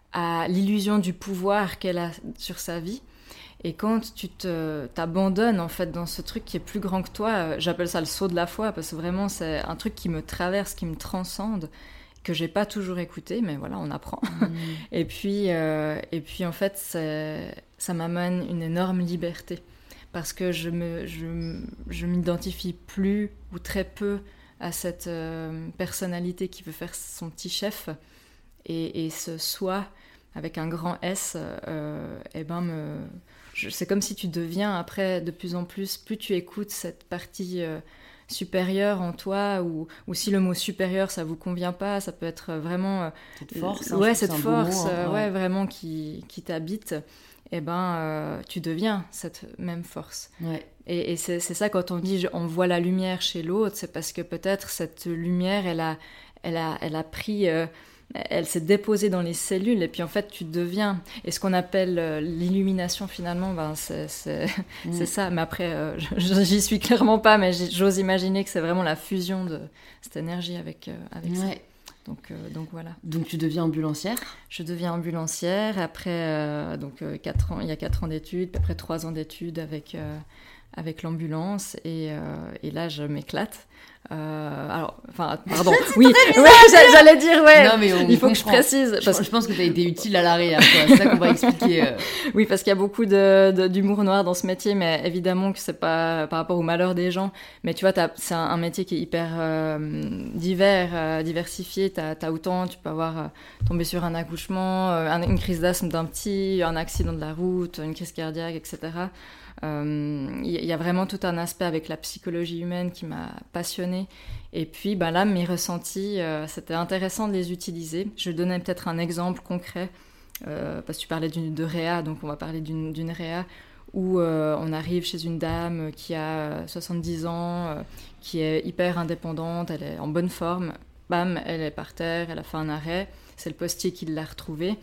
à l'illusion du pouvoir qu'elle a sur sa vie. Et quand tu te, t'abandonnes en fait dans ce truc qui est plus grand que toi, j'appelle ça le saut de la foi, parce que vraiment c'est un truc qui me traverse, qui me transcende, que j'ai pas toujours écouté, mais voilà, on apprend. Mmh. Et puis, euh, et puis en fait, c'est, ça m'amène une énorme liberté, parce que je me, je, je m'identifie plus ou très peu à cette euh, personnalité qui veut faire son petit chef, et, et ce soi avec un grand S, euh, eh ben me, je, c'est comme si tu deviens après de plus en plus, plus tu écoutes cette partie euh, supérieure en toi, ou, ou si le mot supérieur ça vous convient pas, ça peut être vraiment euh, cette force, ouais, hein, cette force, mot, hein, euh, ouais. ouais, vraiment qui, qui t'habite. Eh ben, euh, tu deviens cette même force. Ouais. Et, et c'est, c'est ça quand on dit on voit la lumière chez l'autre, c'est parce que peut-être cette lumière, elle a, elle a, elle a pris. Euh, elle s'est déposée dans les cellules et puis en fait tu deviens, et ce qu'on appelle euh, l'illumination finalement, ben c'est, c'est, mmh. c'est ça, mais après euh, je, j'y suis clairement pas, mais j'ose imaginer que c'est vraiment la fusion de cette énergie avec, euh, avec ouais. ça. Donc, euh, donc voilà. Donc tu deviens ambulancière ? Je deviens ambulancière après euh, donc, euh, quatre ans, il y a quatre ans d'études, puis après trois ans d'études avec, euh, avec l'ambulance, et, euh, et là je m'éclate. Euh, alors, enfin, pardon, oui, ouais, j'allais dire, ouais, non, mais il faut comprend. que je précise. Parce... Je, je pense que tu as été utile à l'arrière, quoi. C'est ça qu'on va expliquer. Euh... Oui, parce qu'il y a beaucoup de, de, d'humour noir dans ce métier, mais évidemment que c'est pas par rapport au malheur des gens. Mais tu vois, t'as, c'est un, un métier qui est hyper euh, divers, euh, diversifié. T'as, t'as autant, tu peux avoir euh, tombé sur un accouchement, euh, un, une crise d'asthme d'un petit, un accident de la route, une crise cardiaque, et cetera. Il euh, y, y a vraiment tout un aspect avec la psychologie humaine qui m'a passionnée. Et puis ben là, mes ressentis, euh, c'était intéressant de les utiliser. Je vais donner peut-être un exemple concret, euh, parce que tu parlais d'une, de réa, donc on va parler d'une, d'une réa où euh, on arrive chez une dame qui a soixante-dix ans, euh, qui est hyper indépendante, elle est en bonne forme. Bam, elle est par terre, elle a fait un arrêt. C'est le postier qui l'a retrouvée.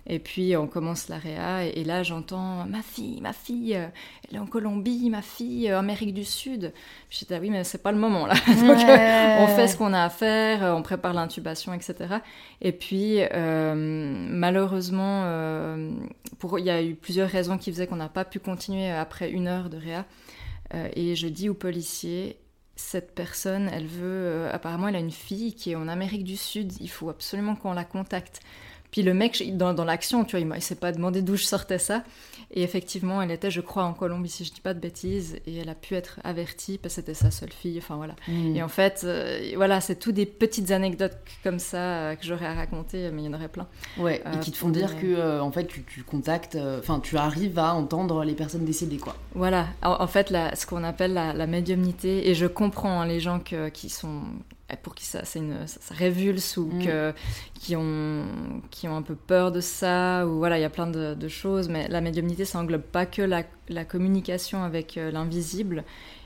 Et puis on commence la réa, et, et là j'entends « ma fille, ma fille, elle est en Colombie, ma fille, en Amérique du Sud ». Je dis ah oui, mais c'est pas le moment là. Donc ouais. On fait ce qu'on a à faire, on prépare l'intubation, et cetera. Et puis euh, malheureusement, euh, pour, il y a eu plusieurs raisons qui faisaient qu'on n'a pas pu continuer après une heure de réa. Euh, et je dis aux policiers, cette personne, elle veut, euh, apparemment elle a une fille qui est en Amérique du Sud, il faut absolument qu'on la contacte. Puis le mec, dans, dans l'action, tu vois, il ne s'est pas demandé d'où je sortais ça. Et effectivement, elle était, je crois, en Colombie, si je ne dis pas de bêtises. Et elle a pu être avertie parce que c'était sa seule fille. Enfin, voilà. Mmh. Et en fait, euh, voilà, c'est tout des petites anecdotes comme ça euh, que j'aurais à raconter, mais il y en aurait plein. Ouais, euh, et qui te font dire des... que, euh, en fait, tu, tu contactes... Enfin, euh, tu arrives à entendre les personnes décédées, quoi. Voilà. En, en fait, la, ce qu'on appelle la, la médiumnité, et je comprends hein, les gens que, qui sont... pour qui ça, c'est une, ça, ça révulse ou mmh. que, qui, ont, qui ont un peu peur de ça, ou voilà, il y a plein de, de choses, mais la médiumnité, ça englobe pas que la, la communication avec euh, l'invisible,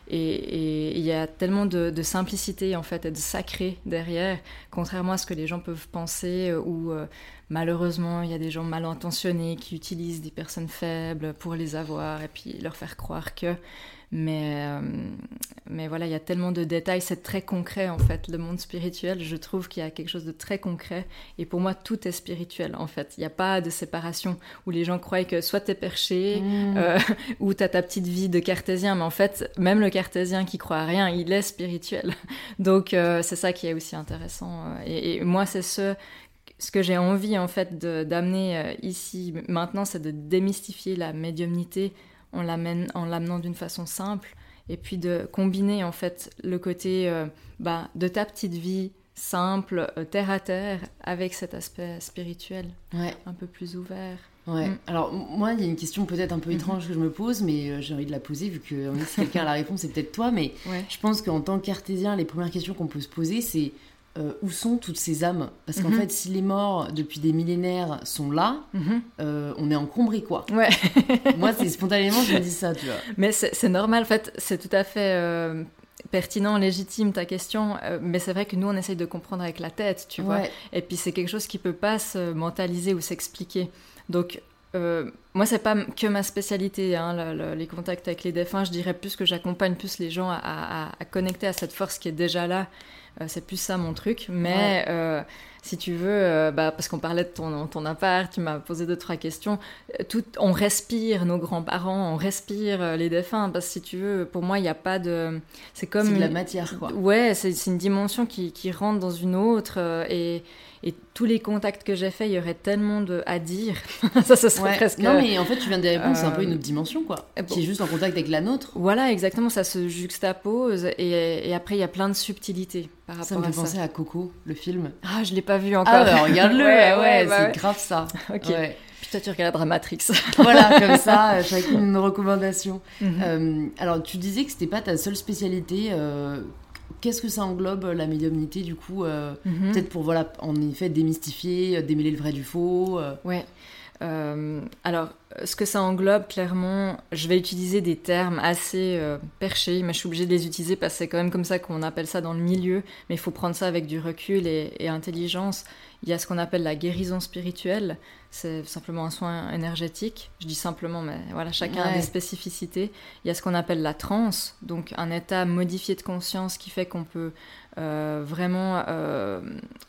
et il y a tellement de, de simplicité, en fait, et de sacré derrière, contrairement à ce que les gens peuvent penser, où euh, malheureusement, il y a des gens mal intentionnés qui utilisent des personnes faibles pour les avoir, et puis leur faire croire que... Mais, euh, mais voilà, il y a tellement de détails, c'est très concret en fait, le monde spirituel, je trouve qu'il y a quelque chose de très concret, et pour moi tout est spirituel en fait, il n'y a pas de séparation où les gens croient que soit t'es perché, mmh. euh, ou t'as ta petite vie de cartésien, mais en fait, même le cartésien qui croit à rien, il est spirituel, donc euh, c'est ça qui est aussi intéressant, et, et moi c'est ce... Ce que j'ai envie en fait de, d'amener euh, ici maintenant, c'est de démystifier la médiumnité en, l'amène, en l'amenant d'une façon simple, et puis de combiner en fait le côté euh, bah, de ta petite vie simple, euh, terre à terre, avec cet aspect spirituel, ouais. un peu plus ouvert. Ouais. Mm. Alors moi, il y a une question peut-être un peu étrange mm-hmm. que je me pose, mais euh, j'ai envie de la poser vu que si quelqu'un a la réponse, c'est peut-être toi, mais ouais. je pense qu'en tant que cartésien, les premières questions qu'on peut se poser, c'est Euh, où sont toutes ces âmes ? Parce qu'en mm-hmm. fait, si les morts depuis des millénaires sont là, mm-hmm. euh, on est encombré, quoi. Ouais. Moi, c'est spontanément, je me dis ça, tu vois. Mais c'est, c'est normal, en fait, c'est tout à fait euh, pertinent, légitime ta question, euh, mais c'est vrai que nous, on essaye de comprendre avec la tête, tu ouais. vois. Et puis, c'est quelque chose qui peut pas se mentaliser ou s'expliquer. Donc, euh, moi, c'est pas que ma spécialité, hein, le, le, les contacts avec les défunts. Je dirais plus que j'accompagne plus les gens à, à, à connecter à cette force qui est déjà là. Euh, c'est plus ça mon truc, mais ouais. euh, si tu veux, euh, bah, parce qu'on parlait de ton, ton appart, tu m'as posé deux, trois questions, tout, on respire nos grands-parents, on respire euh, les défunts, parce que si tu veux, pour moi, il n'y a pas de... C'est comme... C'est de la matière, quoi. Ouais, c'est, c'est une dimension qui, qui rentre dans une autre, euh, et... Et tous les contacts que j'ai faits, il y aurait tellement de... à dire. ça, ça serait ouais. presque... Non, mais en fait, tu viens de répondre, euh... c'est un peu une autre dimension, quoi. Bon. Qui est juste en contact avec la nôtre. Voilà, exactement, ça se juxtapose. Et, et après, il y a plein de subtilités par rapport à ça. Ça me fait ça. penser à Coco, le film. Ah, je ne l'ai pas vu encore. Ah, bah, regarde-le, ouais, ouais, ouais bah, c'est ouais. grave ça. Ok. Ouais. Puis toi, tu regarderas Matrix. Voilà, comme ça, chacune une recommandation. Mm-hmm. Euh, alors, tu disais que ce n'était pas ta seule spécialité... Euh... Qu'est-ce que ça englobe, la médiumnité, du coup euh, mm-hmm. Peut-être pour, voilà, en effet, démystifier, démêler le vrai du faux. Euh... Ouais. Euh, alors, ce que ça englobe, clairement, je vais utiliser des termes assez euh, perchés, mais je suis obligée de les utiliser parce que c'est quand même comme ça qu'on appelle ça dans le milieu, mais il faut prendre ça avec du recul et, et intelligence. Il y a ce qu'on appelle la guérison spirituelle, c'est simplement un soin énergétique. Je dis simplement, mais voilà, chacun ouais. a des spécificités. Il y a ce qu'on appelle la transe, donc un état modifié de conscience qui fait qu'on peut euh, vraiment... Euh,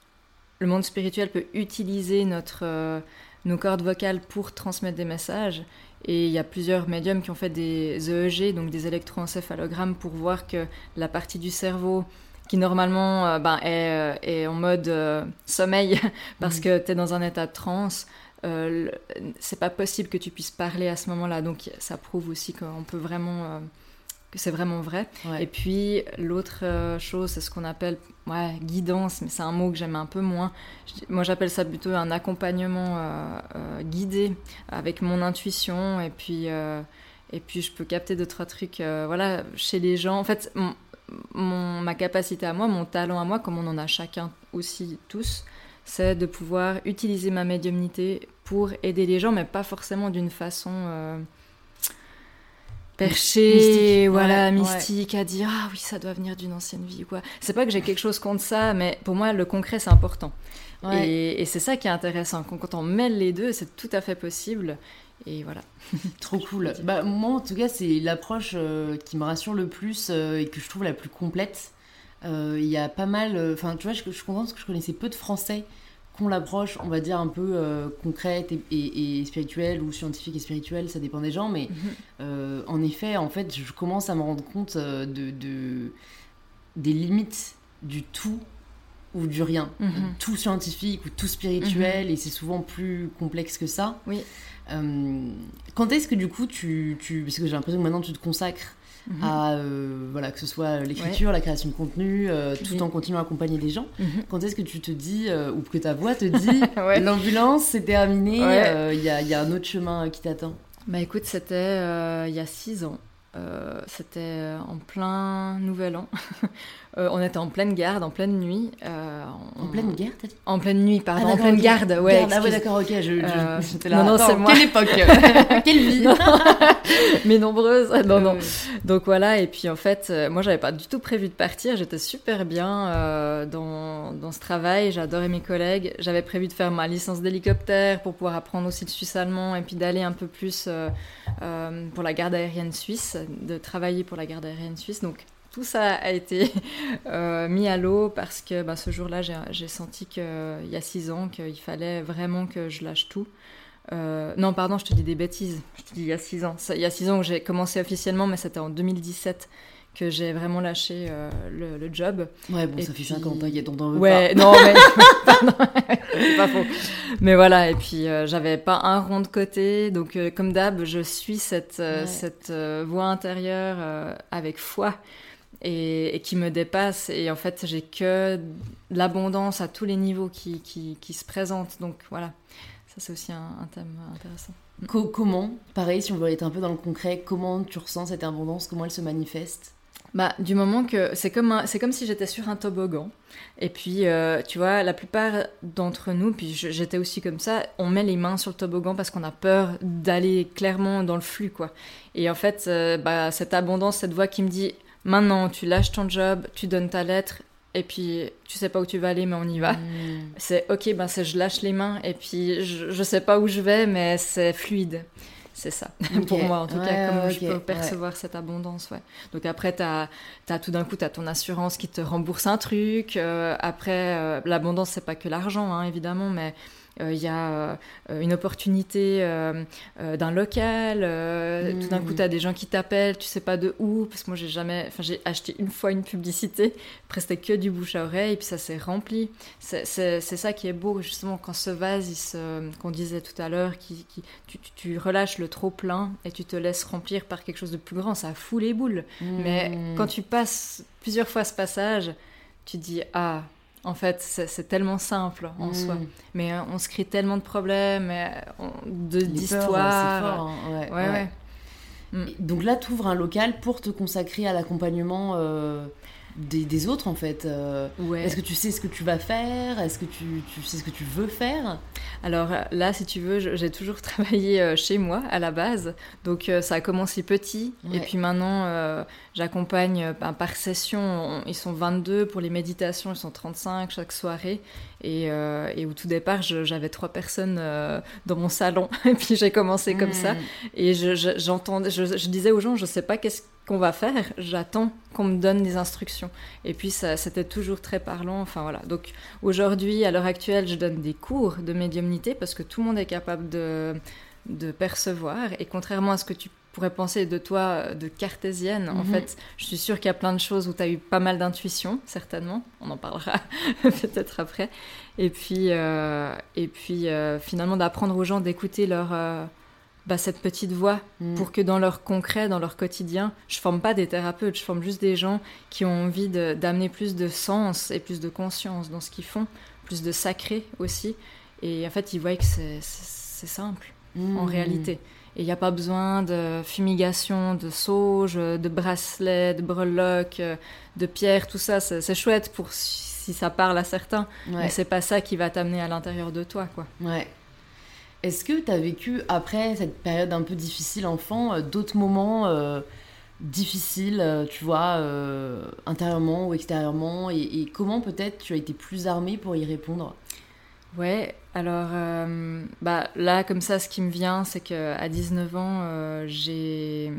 le monde spirituel peut utiliser notre... Euh, nos cordes vocales pour transmettre des messages, et il y a plusieurs médiums qui ont fait des E E G, donc des électroencéphalogrammes, pour voir que la partie du cerveau qui normalement euh, ben, est, est en mode euh, sommeil parce mmh. que tu es dans un état de transe, euh, c'est pas possible que tu puisses parler à ce moment-là, donc ça prouve aussi qu'on peut vraiment... Euh, que c'est vraiment vrai. Ouais. Et puis, l'autre euh, chose, c'est ce qu'on appelle ouais, guidance, mais c'est un mot que j'aime un peu moins. Je, moi, j'appelle ça plutôt un accompagnement euh, euh, guidé avec mon intuition, et puis, euh, et puis je peux capter deux, trois trucs euh, voilà, chez les gens. En fait, mon, mon, ma capacité à moi, mon talent à moi, comme on en a chacun aussi tous, c'est de pouvoir utiliser ma médiumnité pour aider les gens, mais pas forcément d'une façon... Euh, perché, mystique, voilà, ouais, mystique, ouais. À dire ah oui, ça doit venir d'une ancienne vie, quoi. C'est pas que j'ai quelque chose contre ça, mais pour moi, le concret, c'est important. Ouais. Et, et c'est ça qui est intéressant. Quand, quand on mêle les deux, c'est tout à fait possible. Et voilà. Trop cool. Bah, moi, en tout cas, c'est l'approche euh, qui me rassure le plus euh, et que je trouve la plus complète. Il euh, y a pas mal... Enfin, euh, tu vois, je, je suis contente parce que je connaissais peu de Français qui ont l'approche, on va dire, un peu euh, concrète et, et, et spirituelle, ou scientifique et spirituelle, ça dépend des gens. Mais mm-hmm. euh, en effet, en fait, je commence à me rendre compte euh, de, de, des limites du tout ou du rien. Mm-hmm. Tout scientifique ou tout spirituel, mm-hmm. et c'est souvent plus complexe que ça. Oui. Euh, quand est-ce que du coup tu, tu parce que j'ai l'impression que maintenant tu te consacres mmh. à euh, voilà, que ce soit l'écriture, ouais. la création de contenu, euh, tout oui. en continuant à accompagner les gens, mmh. quand est-ce que tu te dis euh, ou que ta voix te dit ouais. l'ambulance c'est terminé, il ouais. euh, y, a, y a un autre chemin qui t'attend? Bah écoute, c'était euh, il y a six ans. Euh, c'était en plein nouvel an. euh, on était en pleine garde, en pleine nuit. Euh, on... En pleine guerre, t'as dit? En pleine nuit, pardon, ah, en pleine okay. garde. Ouais, garde. Ah ouais, d'accord, ok. Je, je, euh... j'étais là. Non, non, c'est moi. Quelle époque? Quelle vie? Non. Mais nombreuses. Non, non. Donc voilà, et puis en fait, euh, moi, j'avais pas du tout prévu de partir. J'étais super bien euh, dans, dans ce travail. J'adorais mes collègues. J'avais prévu de faire ma licence d'hélicoptère pour pouvoir apprendre aussi le suisse allemand et puis d'aller un peu plus euh, euh, pour la garde aérienne suisse, de travailler pour la garde aérienne suisse. Donc tout ça a été euh, mis à l'eau parce que bah, ce jour-là, j'ai, j'ai senti qu'il euh, y a six ans qu'il fallait vraiment que je lâche tout. Euh, non, pardon, je te dis des bêtises. Je te dis il y a six ans. Il y a six ans où j'ai commencé officiellement, mais c'était en deux mille dix-sept que j'ai vraiment lâché euh, le, le job. Ouais, bon, et ça puis... fait cinq ans, t'inquiète, on t'en veut ouais, pas. non, mais... Pardon, c'est pas faux. Mais voilà, et puis euh, j'avais pas un rond de côté, donc euh, comme d'hab, je suis cette, euh, ouais. cette euh, voix intérieure euh, avec foi. Et, et qui me dépasse, et en fait j'ai que de l'abondance à tous les niveaux qui, qui, qui se présentent, donc voilà, ça c'est aussi un, un thème intéressant. Co- comment, pareil, si on veut être un peu dans le concret, comment tu ressens cette abondance, comment elle se manifeste? Bah, du moment que c'est comme, un, c'est comme si j'étais sur un toboggan, et puis euh, tu vois, la plupart d'entre nous, puis je, j'étais aussi comme ça, on met les mains sur le toboggan parce qu'on a peur d'aller clairement dans le flux, quoi. Et en fait, euh, bah, cette abondance, cette voix qui me dit maintenant, tu lâches ton job, tu donnes ta lettre, et puis tu sais pas où tu vas aller, mais on y va. Mmh. C'est ok, ben c'est je lâche les mains, et puis je, je sais pas où je vais, mais c'est fluide. C'est ça, okay. Pour moi en tout ouais, cas, comme okay. je peux percevoir ouais. cette abondance. Ouais. Donc après, t'as, t'as, tout d'un coup, tu as ton assurance qui te rembourse un truc. Euh, après, euh, l'abondance, c'est pas que l'argent, hein, évidemment, mais il euh, y a euh, une opportunité euh, euh, d'un local, euh, mmh. tout d'un coup tu as des gens qui t'appellent, tu sais pas de où, parce que moi j'ai jamais, enfin j'ai acheté une fois une publicité, après c'était que du bouche à oreille, et puis ça s'est rempli. C'est, c'est, c'est ça qui est beau, justement, quand ce vase, il se, qu'on disait tout à l'heure, qui, qui, tu, tu, tu relâches le trop plein et tu te laisses remplir par quelque chose de plus grand, ça fout les boules. Mmh. Mais quand tu passes plusieurs fois ce passage, tu te dis ah, en fait, c'est, c'est tellement simple en mmh. soi. Mais euh, on se crée tellement de problèmes, euh, on, de, d'histoires. Peurs, c'est fort, hein. ouais, ouais, ouais. ouais. Mmh. Donc là, tu ouvres un local pour te consacrer à l'accompagnement euh, des, des autres, en fait. Euh, ouais. Est-ce que tu sais ce que tu vas faire? Est-ce que tu, tu sais ce que tu veux faire? Alors là, si tu veux, j'ai toujours travaillé chez moi à la base. Donc ça a commencé petit. Ouais. Et puis maintenant, euh, j'accompagne ben, par session. On, ils sont vingt-deux. Pour les méditations, ils sont trente-cinq chaque soirée. Et, euh, et au tout départ, je, j'avais trois personnes euh, dans mon salon. Et puis j'ai commencé mmh. comme ça. Et je, je, j'entendais, je, je disais aux gens, je ne sais pas qu'est-ce qu'on va faire, j'attends qu'on me donne des instructions. Et puis ça, c'était toujours très parlant. Enfin voilà. Donc aujourd'hui, à l'heure actuelle, je donne des cours de médiumnité parce que tout le monde est capable de, de percevoir. Et contrairement à ce que tu pourrais penser de toi, de cartésienne, mm-hmm. en fait, je suis sûre qu'il y a plein de choses où tu as eu pas mal d'intuition, certainement. On en parlera peut-être après. Et puis, euh, et puis euh, finalement, d'apprendre aux gens d'écouter leur... Euh, Bah, cette petite voix mmh. pour que dans leur concret, dans leur quotidien, je forme pas des thérapeutes, je forme juste des gens qui ont envie de, d'amener plus de sens et plus de conscience dans ce qu'ils font, plus de sacré aussi. Et en fait, ils voient que c'est, c'est, c'est simple mmh. en réalité. Et il n'y a pas besoin de fumigation, de sauge, de bracelets, de breloques, de pierres, tout ça. C'est, c'est chouette pour si ça parle à certains, ouais. mais c'est pas ça qui va t'amener à l'intérieur de toi, quoi. Ouais. Est-ce que tu as vécu, après cette période un peu difficile enfant, euh, d'autres moments euh, difficiles, euh, tu vois, euh, intérieurement ou extérieurement, et, et comment peut-être tu as été plus armée pour y répondre? Ouais, alors euh, bah, là, comme ça, ce qui me vient, c'est qu'à dix-neuf ans, euh, j'ai...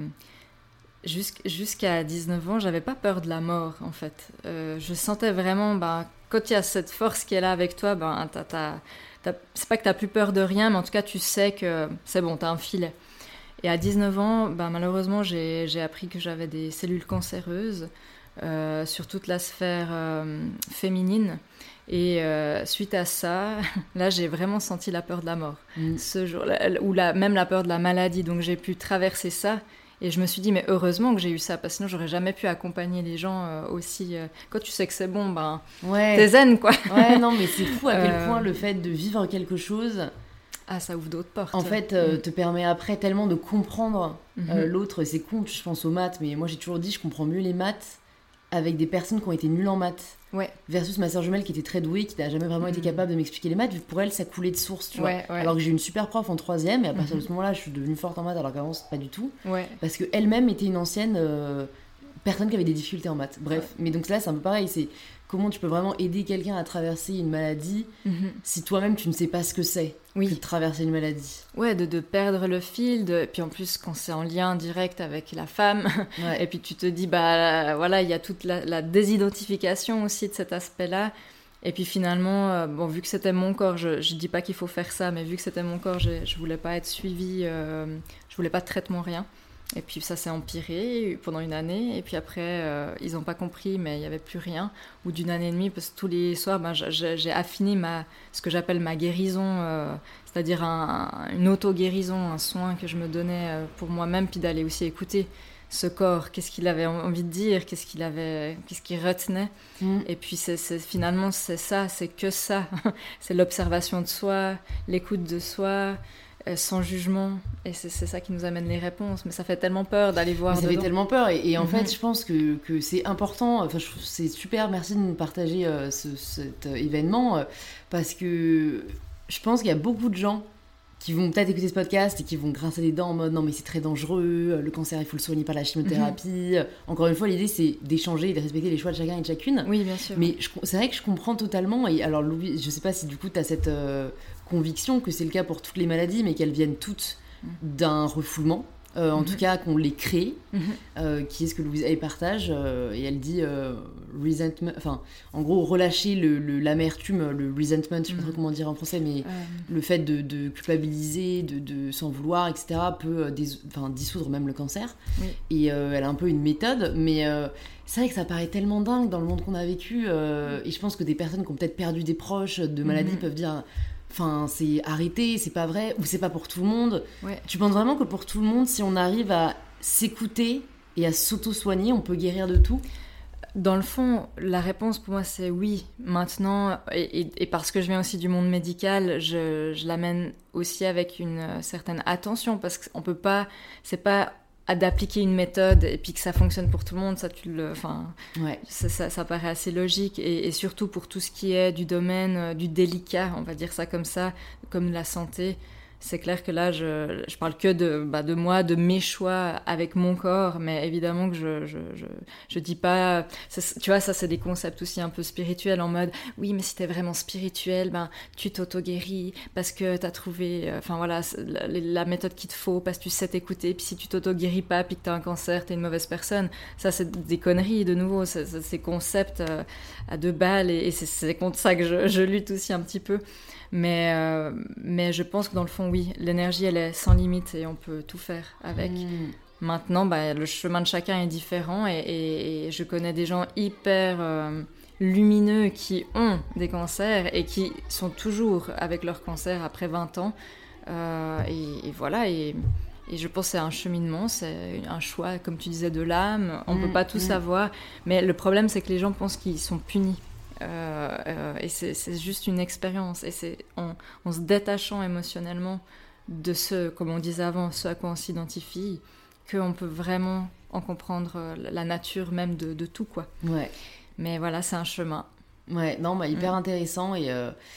Jusqu'- jusqu'à dix-neuf ans, j'avais pas peur de la mort, en fait. Euh, je sentais vraiment, bah, quand il y a cette force qui est là avec toi, ben, t'as, t'as- t'as- c'est pas que t'as plus peur de rien, mais en tout cas, tu sais que c'est bon, t'as un filet. Et à dix-neuf ans, ben, malheureusement, j'ai, j'ai appris que j'avais des cellules cancéreuses euh, sur toute la sphère euh, féminine. Et euh, suite à ça, là, j'ai vraiment senti la peur de la mort. Mm. Ce jour-là, ou la, même la peur de la maladie. Donc j'ai pu traverser ça. Et je me suis dit, mais heureusement que j'ai eu ça, parce que sinon j'aurais jamais pu accompagner les gens euh, aussi. euh, Quand tu sais que c'est bon, ben, Ouais. t'es zen, quoi. Ouais, non, mais c'est fou à quel Euh, point le fait de vivre quelque chose, Ah, ça ouvre d'autres portes. en fait, euh, Mm. te permet après tellement de comprendre euh, Mhm. l'autre. C'est con, je pense aux maths, mais moi j'ai toujours dit, je comprends mieux les maths avec des personnes qui ont été nulles en maths. Ouais, Versus ma soeur jumelle qui était très douée, qui n'a jamais vraiment été Mhm. capable de m'expliquer les maths, vu que pour elle, ça coulait de source, tu vois. ouais, ouais. Alors que j'ai eu une super prof en troisième, et à partir Mhm. de ce moment-là, je suis devenue forte en maths, alors qu'avant, c'était pas du tout. Ouais. Parce qu'elle-même était une ancienne euh, personne qui avait des difficultés en maths. Bref, Ouais. mais donc là, c'est un peu pareil, c'est comment tu peux vraiment aider quelqu'un à traverser une maladie Mhm. si toi-même, tu ne sais pas ce que c'est que de Oui. traverser une maladie. Ouais, de, de perdre le fil. De... Puis en plus, quand c'est en lien direct avec la femme, Ouais. et puis tu te dis, bah voilà, il y a toute la, la désidentification aussi de cet aspect-là. Et puis finalement, euh, bon, vu que c'était mon corps, je, je dis pas qu'il faut faire ça, mais vu que c'était mon corps, j'ai- je voulais pas être suivie, euh, je voulais pas de traitement, rien. Et puis ça s'est empiré pendant une année. Et puis après, euh, ils n'ont pas compris, mais il n'y avait plus rien. Au bout d'une année et demie, parce que tous les soirs, ben, j'ai j'ai affiné ma, ce que j'appelle ma guérison, euh, c'est-à-dire un- une auto-guérison, un soin que je me donnais euh, pour moi-même, puis d'aller aussi écouter ce corps, qu'est-ce qu'il avait envie de dire, qu'est-ce qu'il avait, qu'est-ce qu'il retenait. Mm. Et puis c'est, c'est- finalement, c'est ça, c'est que ça. C'est l'observation de soi, l'écoute de soi, euh, sans jugement. Et c'est, c'est ça qui nous amène les réponses. Mais ça fait tellement peur d'aller voir Mais ça fait dedans. tellement peur. Et, et en Mhm. fait, je pense que, que c'est important. Enfin, je trouve que c'est super. Merci de nous partager euh, ce- cet euh, événement. euh, parce que je pense qu'il y a beaucoup de gens qui vont peut-être écouter ce podcast et qui vont grincer des dents en mode non, mais c'est très dangereux. euh, Le cancer, il faut le soigner par la chimiothérapie. Euh, Encore une fois, l'idée, c'est d'échanger et de respecter les choix de chacun et de chacune. Oui, bien sûr. Mais je- c'est vrai que je comprends totalement. Et alors, Louis, je sais pas si du coup, tu as cette euh, conviction que c'est le cas pour toutes les maladies, mais qu'elles viennent toutes Mm. d'un refoulement. Euh, en Mhm. tout cas, qu'on les crée, Mhm. euh, qui est ce que Louise Hay partage. euh, et elle dit euh, resentment, enfin, en gros, relâcher le, le- l'amertume, le resentment, je sais pas trop Mhm. comment dire en français, mais Euh, le fait de, de culpabiliser, de, de s'en vouloir, et cetera, peut euh, dés- enfin, dissoudre même le cancer. Oui. Et euh, elle a un peu une méthode, mais euh, c'est vrai que ça paraît tellement dingue dans le monde qu'on a vécu. euh, et je pense que des personnes qui ont peut-être perdu des proches de maladies Mhm. peuvent dire. Enfin, c'est arrêté, c'est pas vrai, ou c'est pas pour tout le monde. Ouais. Tu penses vraiment que pour tout le monde, si on arrive à s'écouter et à s'auto-soigner, on peut guérir de tout? Dans le fond, la réponse pour moi c'est oui. Maintenant, et, et- et parce que je viens aussi du monde médical, je, je l'amène aussi avec une euh, certaine attention parce qu'on peut pas, c'est pas à d'appliquer une méthode et puis que ça fonctionne pour tout le monde, ça tu le, enfin, Ouais. ça, ça, ça paraît assez logique et, et surtout pour tout ce qui est du domaine euh, du délicat, on va dire ça comme ça, comme la santé. C'est clair que là, je, je parle que de, bah, de moi, de mes choix avec mon corps, mais évidemment que je, je, je, je dis pas... ça, tu vois, ça, c'est des concepts aussi un peu spirituels, en mode, oui, mais si t'es vraiment spirituel, ben, tu t'auto-guéris parce que t'as trouvé... Enfin, voilà, la, la méthode qu'il te faut, parce que tu sais t'écouter, puis si tu t'auto-guéris pas, puis que t'as un cancer, t'es une mauvaise personne. Ça, c'est des conneries, de nouveau, c'est, c'est, ces concepts euh, à deux balles, et, et c'est, c'est contre ça que je, je lutte aussi un petit peu. Mais, euh, mais je pense que dans le fond, oui, l'énergie, elle est sans limite et on peut tout faire avec. Mmh. Maintenant, bah, le chemin de chacun est différent et, et- et je connais des gens hyper euh, lumineux qui ont des cancers et qui sont toujours avec leur cancer après vingt ans. Euh, et, et voilà, et, et je pense que c'est un cheminement, c'est un choix, comme tu disais, de l'âme. On ne Mmh, peut pas tout mmh. savoir, mais le problème, c'est que les gens pensent qu'ils sont punis. Euh, euh, et c'est, c'est juste une expérience. Et c'est en, en se détachant émotionnellement de ce, comme on disait avant, ce à quoi on s'identifie, qu'on peut vraiment en comprendre euh, la nature même de, de tout, quoi. Ouais. Mais voilà, c'est un chemin. Ouais, non, bah, hyper Mm. intéressant et euh,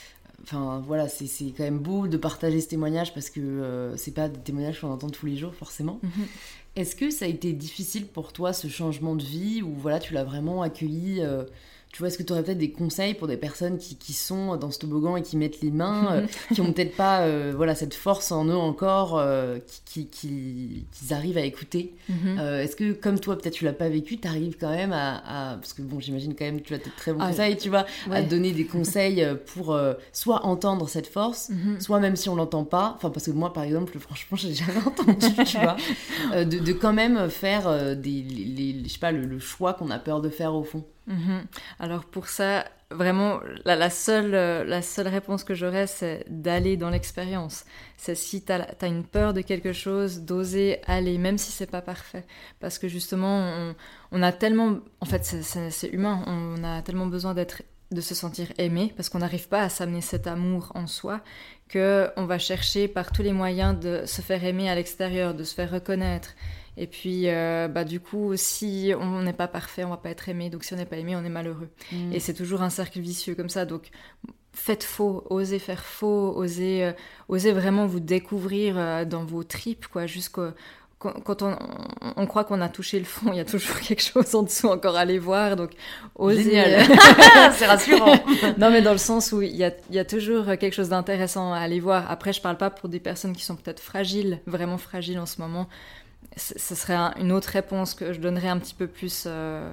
enfin voilà, c'est, c'est quand même beau de partager ce témoignage parce que euh, c'est pas des témoignages qu'on entend tous les jours forcément. Mm-hmm. Est-ce que ça a été difficile pour toi ce changement de vie ou voilà, tu l'as vraiment accueilli euh, tu vois, est-ce que tu aurais peut-être des conseils pour des personnes qui, qui sont dans ce toboggan et qui mettent les mains, euh, qui ont peut-être pas euh, voilà, cette force en eux encore, euh, qui, qui, qui, qu'ils arrivent à écouter. Mm-hmm. euh, Est-ce que, comme toi, peut-être tu l'as pas vécu, tu arrives quand même à, à... Parce que bon, j'imagine quand même que tu as de très bons ah, conseils, tu vois, ouais. à donner des conseils pour euh, soit entendre cette force, mm-hmm. soit même si on l'entend pas, enfin parce que moi, par exemple, franchement, je l'ai jamais entendu, tu vois, euh, de, de quand même faire euh, des, les, les, je sais pas, le, le choix qu'on a peur de faire au fond. Mmh. Alors pour ça, vraiment, la, la, seule, la seule réponse que j'aurais, c'est d'aller dans l'expérience. C'est si t'as, t'as une peur de quelque chose, d'oser aller, même si c'est pas parfait. Parce que justement, on, on a tellement... En fait, c'est, c'est, c'est humain, on a tellement besoin d'être, de se sentir aimé, parce qu'on n'arrive pas à s'amener cet amour en soi, qu'on va chercher par tous les moyens de se faire aimer à l'extérieur, de se faire reconnaître. Et puis, euh, bah, du coup, si on n'est pas parfait, on va pas être aimé. Donc, si on n'est pas aimé, on est malheureux. Mmh. Et c'est toujours un cercle vicieux comme ça. Donc, faites faux, osez faire faux, osez, euh, osez vraiment vous découvrir euh, dans vos tripes, quoi, jusqu'au... Quand on, on croit qu'on a touché le fond, il y a toujours quelque chose en dessous encore à aller voir, donc osez... C'est rassurant. Non, mais dans le sens où il y a, il y a toujours quelque chose d'intéressant à aller voir. Après, je parle pas pour des personnes qui sont peut-être fragiles, vraiment fragiles en ce moment. Ce serait un, une autre réponse que je donnerais un petit peu plus euh,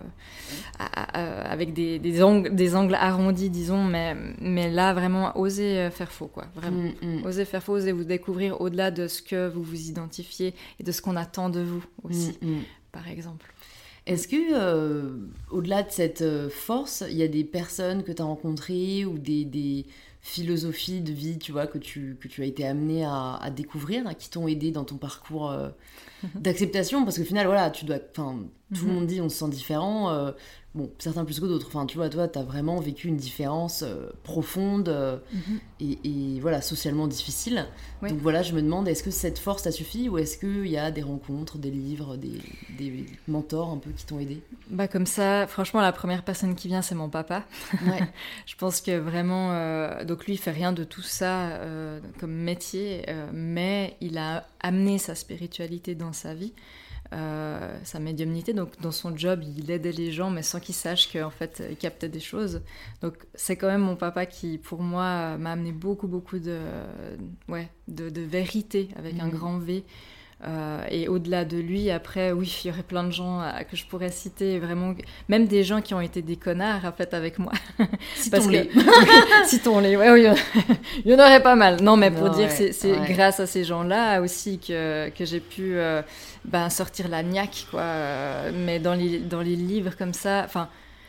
à, à, avec des, des, angles, des angles arrondis, disons, mais, mais là, vraiment, osez faire faux, quoi, vraiment. Mm, mm. Osez faire faux, osez vous découvrir au-delà de ce que vous vous identifiez et de ce qu'on attend de vous aussi, mm, mm. par exemple. Est-ce que, euh, au-delà de cette force, il y a des personnes que tu as rencontrées ou des... des... philosophies de vie, tu vois, que tu, que tu as été amenée à, à découvrir, hein, qui t'ont aidé dans ton parcours euh, d'acceptation, parce qu'au final, voilà, tu dois, enfin, tout mm-hmm. le monde dit on se sent différent, euh, bon, certains plus que d'autres, enfin, tu vois, toi, t'as vraiment vécu une différence euh, profonde euh, mm-hmm. et, et, voilà, socialement difficile. Oui. Donc voilà, je me demande, est-ce que cette force t'a suffi ou est-ce qu'il y a des rencontres, des livres, des, des mentors un peu qui t'ont aidé ? Bah comme ça, franchement, la première personne qui vient, c'est mon papa. Ouais. Je pense que vraiment, euh, donc lui, il fait rien de tout ça euh, comme métier, euh, mais il a amené sa spiritualité dans sa vie. Euh, sa médiumnité, donc dans son job il aidait les gens mais sans qu'il sache qu'en fait il captait des choses, donc c'est quand même mon papa qui pour moi m'a amené beaucoup beaucoup de, ouais, de, de vérité avec mmh. un grand V. Euh, et au-delà de lui, après, oui, il y aurait plein de gens euh, que je pourrais citer, vraiment, même des gens qui ont été des connards, en fait, avec moi. Citons-les. Que, oui, citons-les, ouais, oui, il y en aurait pas mal. Non, mais pour non, dire, ouais, c'est, c'est ouais. grâce à ces gens-là aussi que, que j'ai pu euh, ben, sortir la niaque, quoi. Euh, mais dans les, dans les livres comme ça, enfin...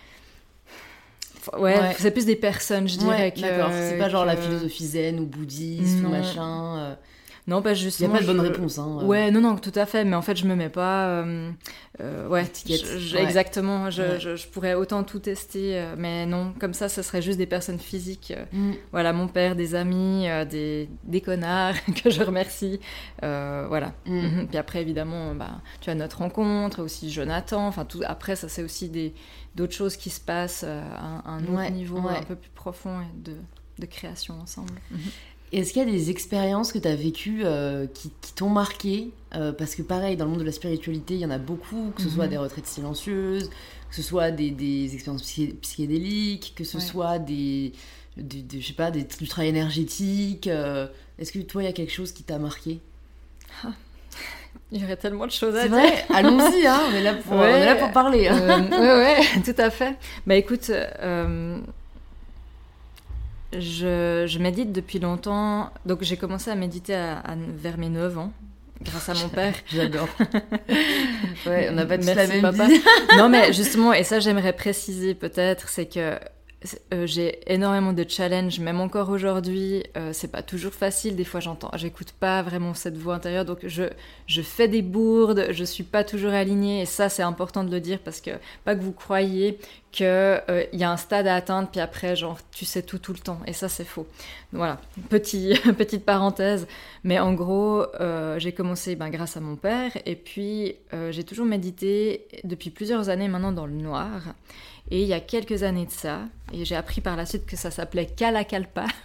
Ouais, ouais, c'est plus des personnes, je dirais. Ouais, que, d'accord, c'est pas genre que... la philosophie zen ou bouddhiste non. ou machin... Euh... Non, pas justement. Il n'y a pas de bonne je... réponse. Hein, euh... Ouais, non, non, tout à fait. Mais en fait, je me mets pas. Euh, euh, ouais, je, je, ouais, exactement. Je, ouais. je, je pourrais autant tout tester, euh, mais non, comme ça, ce serait juste des personnes physiques. Euh, mm. Voilà, mon père, des amis, euh, des, des connards que je remercie. Euh, voilà. Mm. Mm-hmm. Puis après, évidemment, bah, tu as notre rencontre, aussi Jonathan. Enfin, tout. Après, ça, c'est aussi des d'autres choses qui se passent euh, à un autre ouais, niveau, ouais. un peu plus profond de, de création ensemble. Mm-hmm. Est-ce qu'il y a des expériences que tu as vécues euh, qui, qui t'ont marqué euh, parce que pareil, dans le monde de la spiritualité, il y en a beaucoup, que ce mm-hmm. soit des retraites silencieuses, que ce soit des, des expériences psy- psychédéliques, que ce ouais. soit des, des, des, je sais pas, des, du travail énergétique. Euh, est-ce que toi, il y a quelque chose qui t'a marqué ? ah. Il y aurait tellement de choses à C'est dire. vrai, allons-y, hein, on est là pour, ouais, on est là pour parler. Hein. Euh, ouais, ouais, tout à fait. Bah écoute... Euh... Je, je médite depuis longtemps. Donc, j'ai commencé à méditer à, à, vers mes neuf ans, grâce à mon père. J'adore. Ouais, on n'a pas tous Merci, la même papa. vie. Non, mais justement, et ça, j'aimerais préciser peut-être, c'est que euh, j'ai énormément de challenges, même encore aujourd'hui. Euh, c'est pas toujours facile. Des fois, j'entends, j'écoute pas vraiment cette voix intérieure. Donc, je, je fais des bourdes, je suis pas toujours alignée. Et ça, c'est important de le dire parce que, pas que vous croyiez qu'il euh, y a un stade à atteindre, puis après, genre, tu sais tout tout le temps. Et ça, c'est faux. Voilà, Petit, petite parenthèse. Mais en gros, euh, j'ai commencé ben, grâce à mon père. Et puis, euh, j'ai toujours médité depuis plusieurs années maintenant dans le noir. Et il y a quelques années de ça, et j'ai appris par la suite que ça s'appelait Kalakalpa,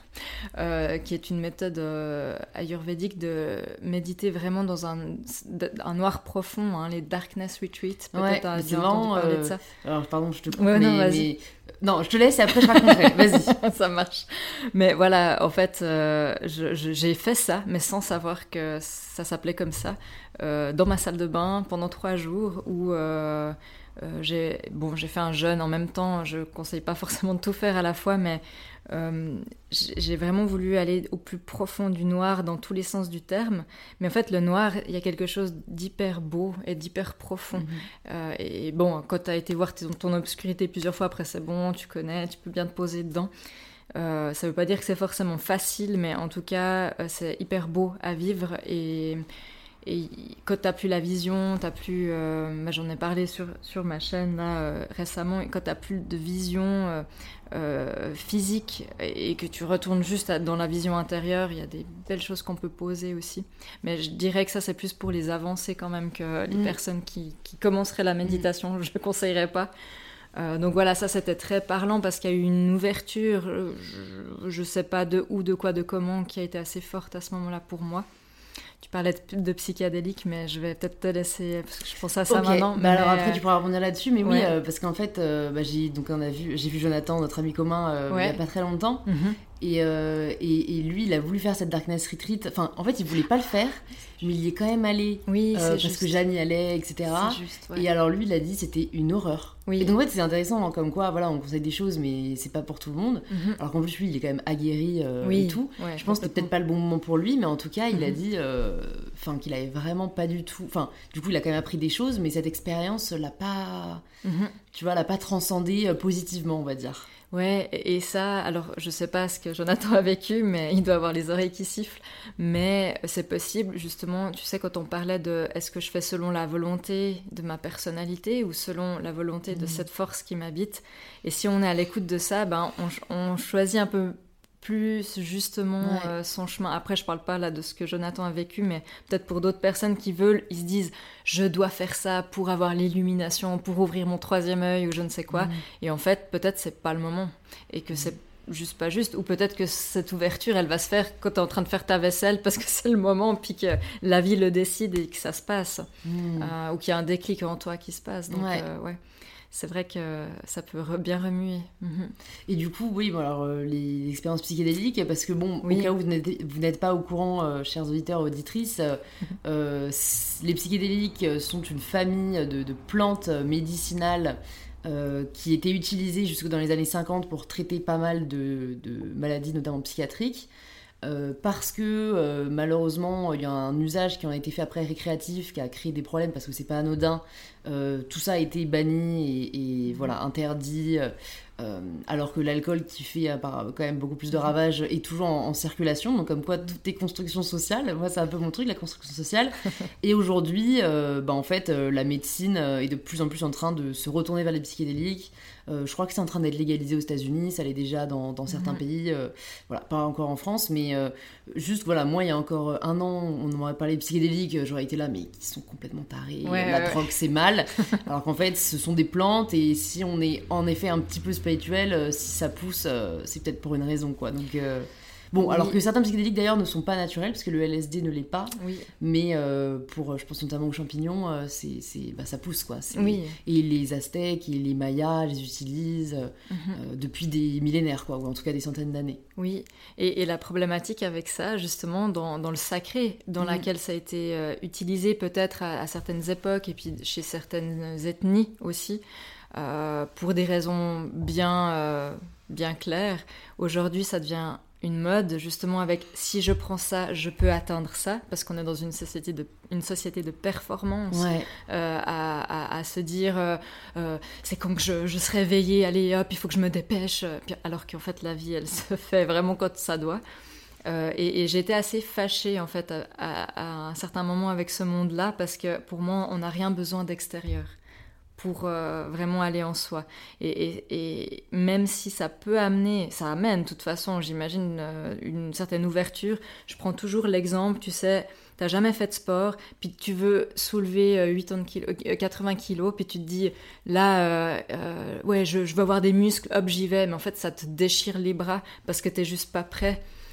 euh, qui est une méthode euh, ayurvédique de méditer vraiment dans un, un noir profond, hein, les Darkness Retreat. Peut-être Ouais, t'as mais c'est déjà entendu marrant, parler euh, de ça. Alors, pardon, je te coupe, Ouais, mais, non, vas-y. mais- Non, je te laisse et après je raconterai. Vas-y. Ça marche. Mais voilà, en fait, euh, je- je- j'ai fait ça, mais sans savoir que ça s'appelait comme ça, euh, dans ma salle de bain pendant trois jours où euh, euh, j'ai bon, j'ai fait un jeûne en même temps. Je conseille pas forcément de tout faire à la fois, mais euh, j'ai j'ai vraiment voulu aller au plus profond du noir dans tous les sens du terme. Mais en fait, le noir, il y a quelque chose d'hyper beau et d'hyper profond. Mhm. Euh, et bon, quand tu as été voir ton, ton obscurité plusieurs fois, après c'est bon, tu connais, tu peux bien te poser dedans. Euh, ça veut pas dire que c'est forcément facile, mais en tout cas, euh, c'est hyper beau à vivre. Et, et quand t'as plus la vision, t'as plus... Euh, bah, j'en ai parlé sur, sur ma chaîne là, euh, récemment, et quand t'as plus de vision euh, euh, physique et que tu retournes juste à- dans la vision intérieure, il y a des belles choses qu'on peut poser aussi. Mais je dirais que ça, c'est plus pour les avancées quand même que les Mm. personnes qui, qui commenceraient la méditation. Je ne conseillerais pas. Euh, donc voilà, ça c'était très parlant parce qu'il y a eu une ouverture, euh, je ne sais pas de où, de quoi, de comment, qui a été assez forte à ce moment-là pour moi. Tu parlais de, de psychédélique, mais je vais peut-être te laisser, parce que je pense à ça Ok, maintenant. bah mais... alors après tu pourras rebondir là-dessus, mais oui, Ouais. euh, parce qu'en fait, euh, bah, j'ai, donc on a vu, j'ai vu Jonathan, notre ami commun, euh, Ouais. il y a pas très longtemps, Mhm. et, euh, et, et lui, il a voulu faire cette Darkness Retreat, enfin, en fait, il voulait pas le faire, mais il y est quand même allé, Oui, euh, c'est parce juste. que Jeanne y allait, et cetera. C'est juste, ouais. Et alors lui, il a dit c'était une horreur. Oui. Et donc en fait, c'est intéressant, hein, comme quoi, voilà, on conseille des choses, mais c'est pas pour tout le monde. Mhm. Alors qu'en plus, lui, il est quand même aguerri euh, Oui, et tout. ouais, Je pense que c'était peut-être pas le bon moment pour lui, mais en tout cas, il a Mhm. dit euh, enfin, qu'il avait vraiment pas du tout. Enfin, du coup, il a quand même appris des choses, mais cette expérience l'a pas. Mhm. Tu vois, l'a pas transcendé euh, positivement, on va dire. Ouais, et et ça, alors je sais pas ce que Jonathan a vécu, mais il doit avoir les oreilles qui sifflent. Mais c'est possible, justement, tu sais, quand on parlait de est-ce que je fais selon la volonté de ma personnalité ou selon la volonté de Mhm. cette force qui m'habite. Et si on est à l'écoute de ça, ben on, ch- on choisit un peu plus justement Ouais. euh, son chemin. Après, je parle pas là de ce que Jonathan a vécu, mais peut-être pour d'autres personnes qui veulent, ils se disent je dois faire ça pour avoir l'illumination, pour ouvrir mon troisième œil ou je ne sais quoi. Mhm. Et en fait, peut-être c'est pas le moment et que c'est juste pas juste, ou peut-être que cette ouverture elle va se faire quand t'es en train de faire ta vaisselle parce que c'est le moment, puis que la vie le décide et que ça se passe, Mhm. Euh, ou qu'il y a un déclic en toi qui se passe. Donc Ouais. euh, ouais, c'est vrai que ça peut re- bien remuer. Mhm. Et du coup, oui, bon, alors euh, les expériences psychédéliques, parce que bon, Oui. au cas où vous n'êtes, vous n'êtes pas au courant, euh, chers auditeurs, auditrices, euh, euh, c- les psychédéliques sont une famille de, de plantes médicinales euh, qui étaient utilisées jusque dans les années cinquante pour traiter pas mal de, de maladies, notamment psychiatriques. Euh, parce que euh, malheureusement il y a un usage qui en a été fait après récréatif qui a créé des problèmes parce que c'est pas anodin. Euh, tout ça a été banni et, et voilà, interdit, euh, alors que l'alcool qui fait euh, par- quand même beaucoup plus de ravages est toujours en, en circulation, donc comme quoi tout est construction sociale. Moi c'est un peu mon truc, la construction sociale. Et aujourd'hui euh, bah, en fait euh, la médecine euh, est de plus en plus en train de se retourner vers les psychédéliques. Euh, je crois que c'est en train d'être légalisé aux États-Unis, ça l'est déjà dans, dans certains Mhm. pays, euh, voilà, pas encore en France, mais euh, juste voilà, moi il y a encore un an, on m'aurait parlé de psychédéliques, j'aurais été là, mais ils sont complètement tarés, Ouais, la ouais, drogue c'est mal, alors qu'en fait ce sont des plantes et si on est en effet un petit peu spirituel, euh, si ça pousse, euh, c'est peut-être pour une raison quoi. Donc euh, bon, Oui. alors que certains psychédéliques d'ailleurs ne sont pas naturels parce que le L S D ne l'est pas, Oui, mais euh, pour, je pense notamment aux champignons, euh, c'est, c'est, bah, ça pousse quoi. C'est- oui. Et les Aztèques et les Mayas les utilisent euh, Mhm. euh, depuis des millénaires, quoi, ou en tout cas des centaines d'années. Oui, et, et la problématique avec ça, justement, dans, dans le sacré, dans Mm. laquelle ça a été euh, utilisé peut-être à, à certaines époques et puis chez certaines ethnies aussi, euh, pour des raisons bien, euh, bien claires. Aujourd'hui, ça devient une mode, justement, avec si je prends ça, je peux atteindre ça, parce qu'on est dans une société de, une société de performance. Ouais. Euh, à, à- à se dire euh, euh, c'est quand que je, je serai éveillée, allez hop, il faut que je me dépêche, Puis, alors qu'en fait la vie elle se fait vraiment quand ça doit. Euh, et, et j'étais assez fâchée en fait à, à- à un certain moment avec ce monde-là parce que pour moi on n'a rien besoin d'extérieur pour euh, vraiment aller en soi. Et, et- et même si ça peut amener, ça amène de toute façon, j'imagine, euh, une certaine ouverture, je prends toujours l'exemple, tu sais, t'as jamais fait de sport, puis tu veux soulever euh, quatre-vingts kilos, euh, quatre-vingts kilos, puis tu te dis, là, euh, euh, ouais, je, je veux avoir des muscles, hop, j'y vais, mais en fait, ça te déchire les bras parce que t'es juste pas prêt.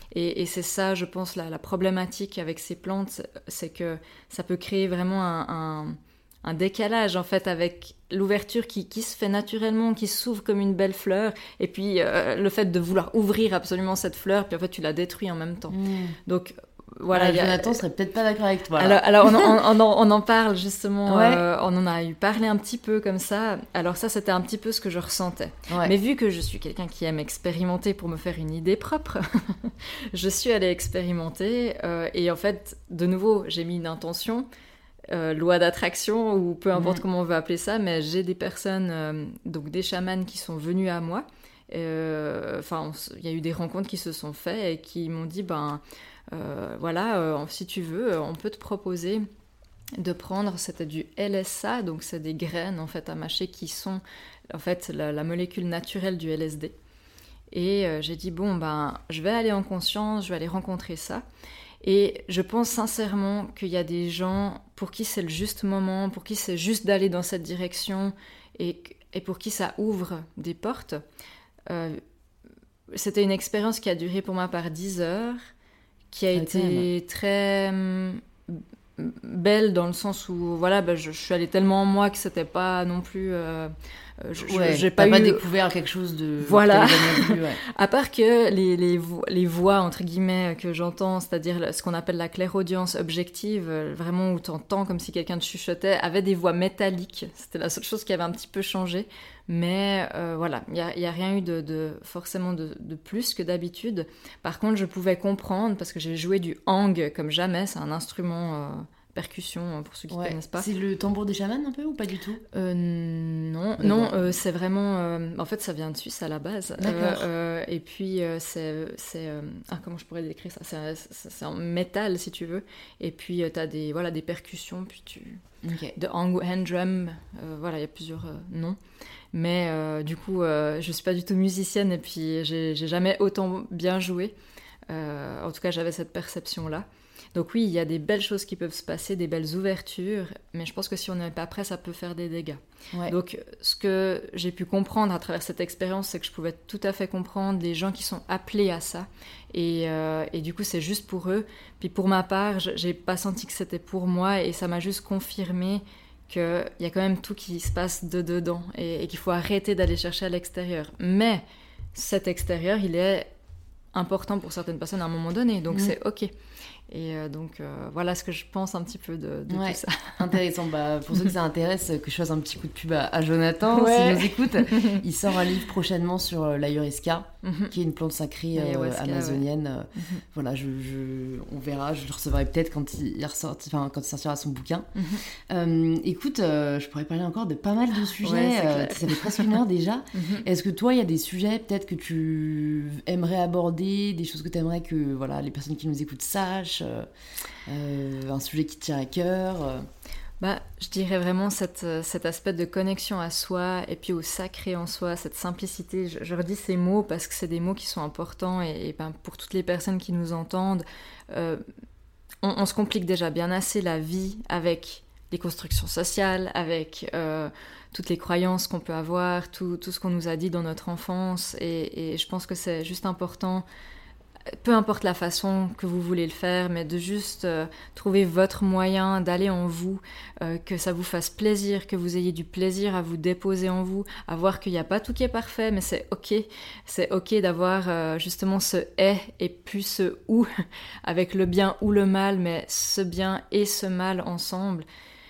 Et, et c'est ça, je pense, la, la problématique avec ces plantes, c'est que ça peut créer vraiment un, un, un décalage, en fait, avec l'ouverture qui, qui se fait naturellement, qui s'ouvre comme une belle fleur, et puis euh, le fait de vouloir ouvrir absolument cette fleur, puis en fait, tu la détruis en même temps. Mmh. Donc, voilà, ouais, Jonathan a... serait peut-être pas d'accord avec toi. Alors, alors on, on, on, on en parle justement, ouais. euh, on en a eu parlé un petit peu comme ça. Alors ça, c'était un petit peu ce que je ressentais. Ouais. Mais vu que je suis quelqu'un qui aime expérimenter pour me faire une idée propre, je suis allée expérimenter. Euh, et en fait, de nouveau, j'ai mis une intention, euh, loi d'attraction ou peu importe mmh. comment on veut appeler ça, mais j'ai des personnes, euh, donc des chamans qui sont venus à moi. Enfin, euh, il y a eu des rencontres qui se sont faites et qui m'ont dit, ben... Euh, voilà, euh, si tu veux, on peut te proposer de prendre, c'était du L S A, donc c'est des graines en fait à mâcher qui sont en fait la, la molécule naturelle du L S D. Et euh, j'ai dit bon ben, je vais aller en conscience, je vais aller rencontrer ça. Et je pense sincèrement qu'il y a des gens pour qui c'est le juste moment, pour qui c'est juste d'aller dans cette direction et, et pour qui ça ouvre des portes. Euh, c'était une expérience qui a duré pour ma part dix heures. Qui a été même. très hum, belle dans le sens où voilà, bah, je, je suis allée tellement en moi que c'était pas non plus. Euh, je, ouais, j'ai pas, eu... pas découvert quelque chose de. Voilà. Vu, ouais. À part que les, les, vo- les voix entre guillemets que j'entends, c'est-à-dire ce qu'on appelle la clairaudience objective, vraiment où t'entends comme si quelqu'un te chuchotait, avaient des voix métalliques. C'était la seule chose qui avait un petit peu changé. Mais euh, voilà, il n'y a, y a rien eu de, de, forcément de, de plus que d'habitude. Par contre, je pouvais comprendre, parce que j'ai joué du hang comme jamais, c'est un instrument euh, percussion, pour ceux qui ne ouais. connaissent pas. C'est le tambour des chamans un peu ou pas du tout? euh, Non, non euh, c'est vraiment... Euh, en fait, ça vient de Suisse à la base. D'accord. Euh, euh, et puis, euh, c'est... c'est euh, ah, comment je pourrais décrire ça? C'est, c'est, c'est en métal, si tu veux. Et puis, euh, tu as des, voilà, des percussions, puis tu... Okay. De hang ou hand drum, euh, voilà, il y a plusieurs euh, noms. Mais euh, du coup, euh, je suis pas du tout musicienne et puis j'ai, j'ai jamais autant bien joué. Euh, en tout cas, j'avais cette perception-là. Donc oui, il y a des belles choses qui peuvent se passer, des belles ouvertures, mais je pense que si on n'est pas prêt, ça peut faire des dégâts. Ouais. Donc ce que j'ai pu comprendre à travers cette expérience, c'est que je pouvais tout à fait comprendre les gens qui sont appelés à ça. Et, euh, et du coup, c'est juste pour eux. Puis pour ma part, j'ai pas senti que c'était pour moi et ça m'a juste confirmé qu'il y a quand même tout qui se passe de dedans et, et qu'il faut arrêter d'aller chercher à l'extérieur. Mais cet extérieur, il est important pour certaines personnes à un moment donné, donc mmh. c'est ok. Et euh, donc euh, voilà ce que je pense un petit peu de, de ouais. tout ça. Intéressant. Bah, pour ceux que ça intéresse, que je fasse un petit coup de pub à, à Jonathan, ouais. s'il nous écoute. Il sort un livre prochainement sur euh, l'ayahuasca, mm-hmm. qui est une plante sacrée euh, amazonienne. Ouais. Mm-hmm. Voilà, je, je, on verra. Je le recevrai peut-être quand il, il, ressort, enfin, quand il sortira son bouquin. Mm-hmm. Euh, écoute, euh, je pourrais parler encore de pas mal de sujets. Ouais, euh, ça fait presque une heure déjà. Mm-hmm. Est-ce que toi, il y a des sujets peut-être que tu aimerais aborder, des choses que tu aimerais que voilà, les personnes qui nous écoutent sachent? Euh, un sujet qui te tient à cœur euh. Bah, je dirais vraiment cette, cet aspect de connexion à soi et puis au sacré en soi, cette simplicité. Je, je redis ces mots parce que c'est des mots qui sont importants et, et ben, pour toutes les personnes qui nous entendent, euh, on, on se complique déjà bien assez la vie avec les constructions sociales, avec euh, toutes les croyances qu'on peut avoir, tout, tout ce qu'on nous a dit dans notre enfance et, et je pense que c'est juste important. Peu importe la façon que vous voulez le faire, mais de juste euh, trouver votre moyen d'aller en vous, euh, que ça vous fasse plaisir, que vous ayez du plaisir à vous déposer en vous, à voir qu'il n'y a pas tout qui est parfait, mais c'est ok. C'est ok d'avoir euh, justement ce « est » et plus ce « ou » avec le bien ou le mal, mais ce bien et ce mal ensemble.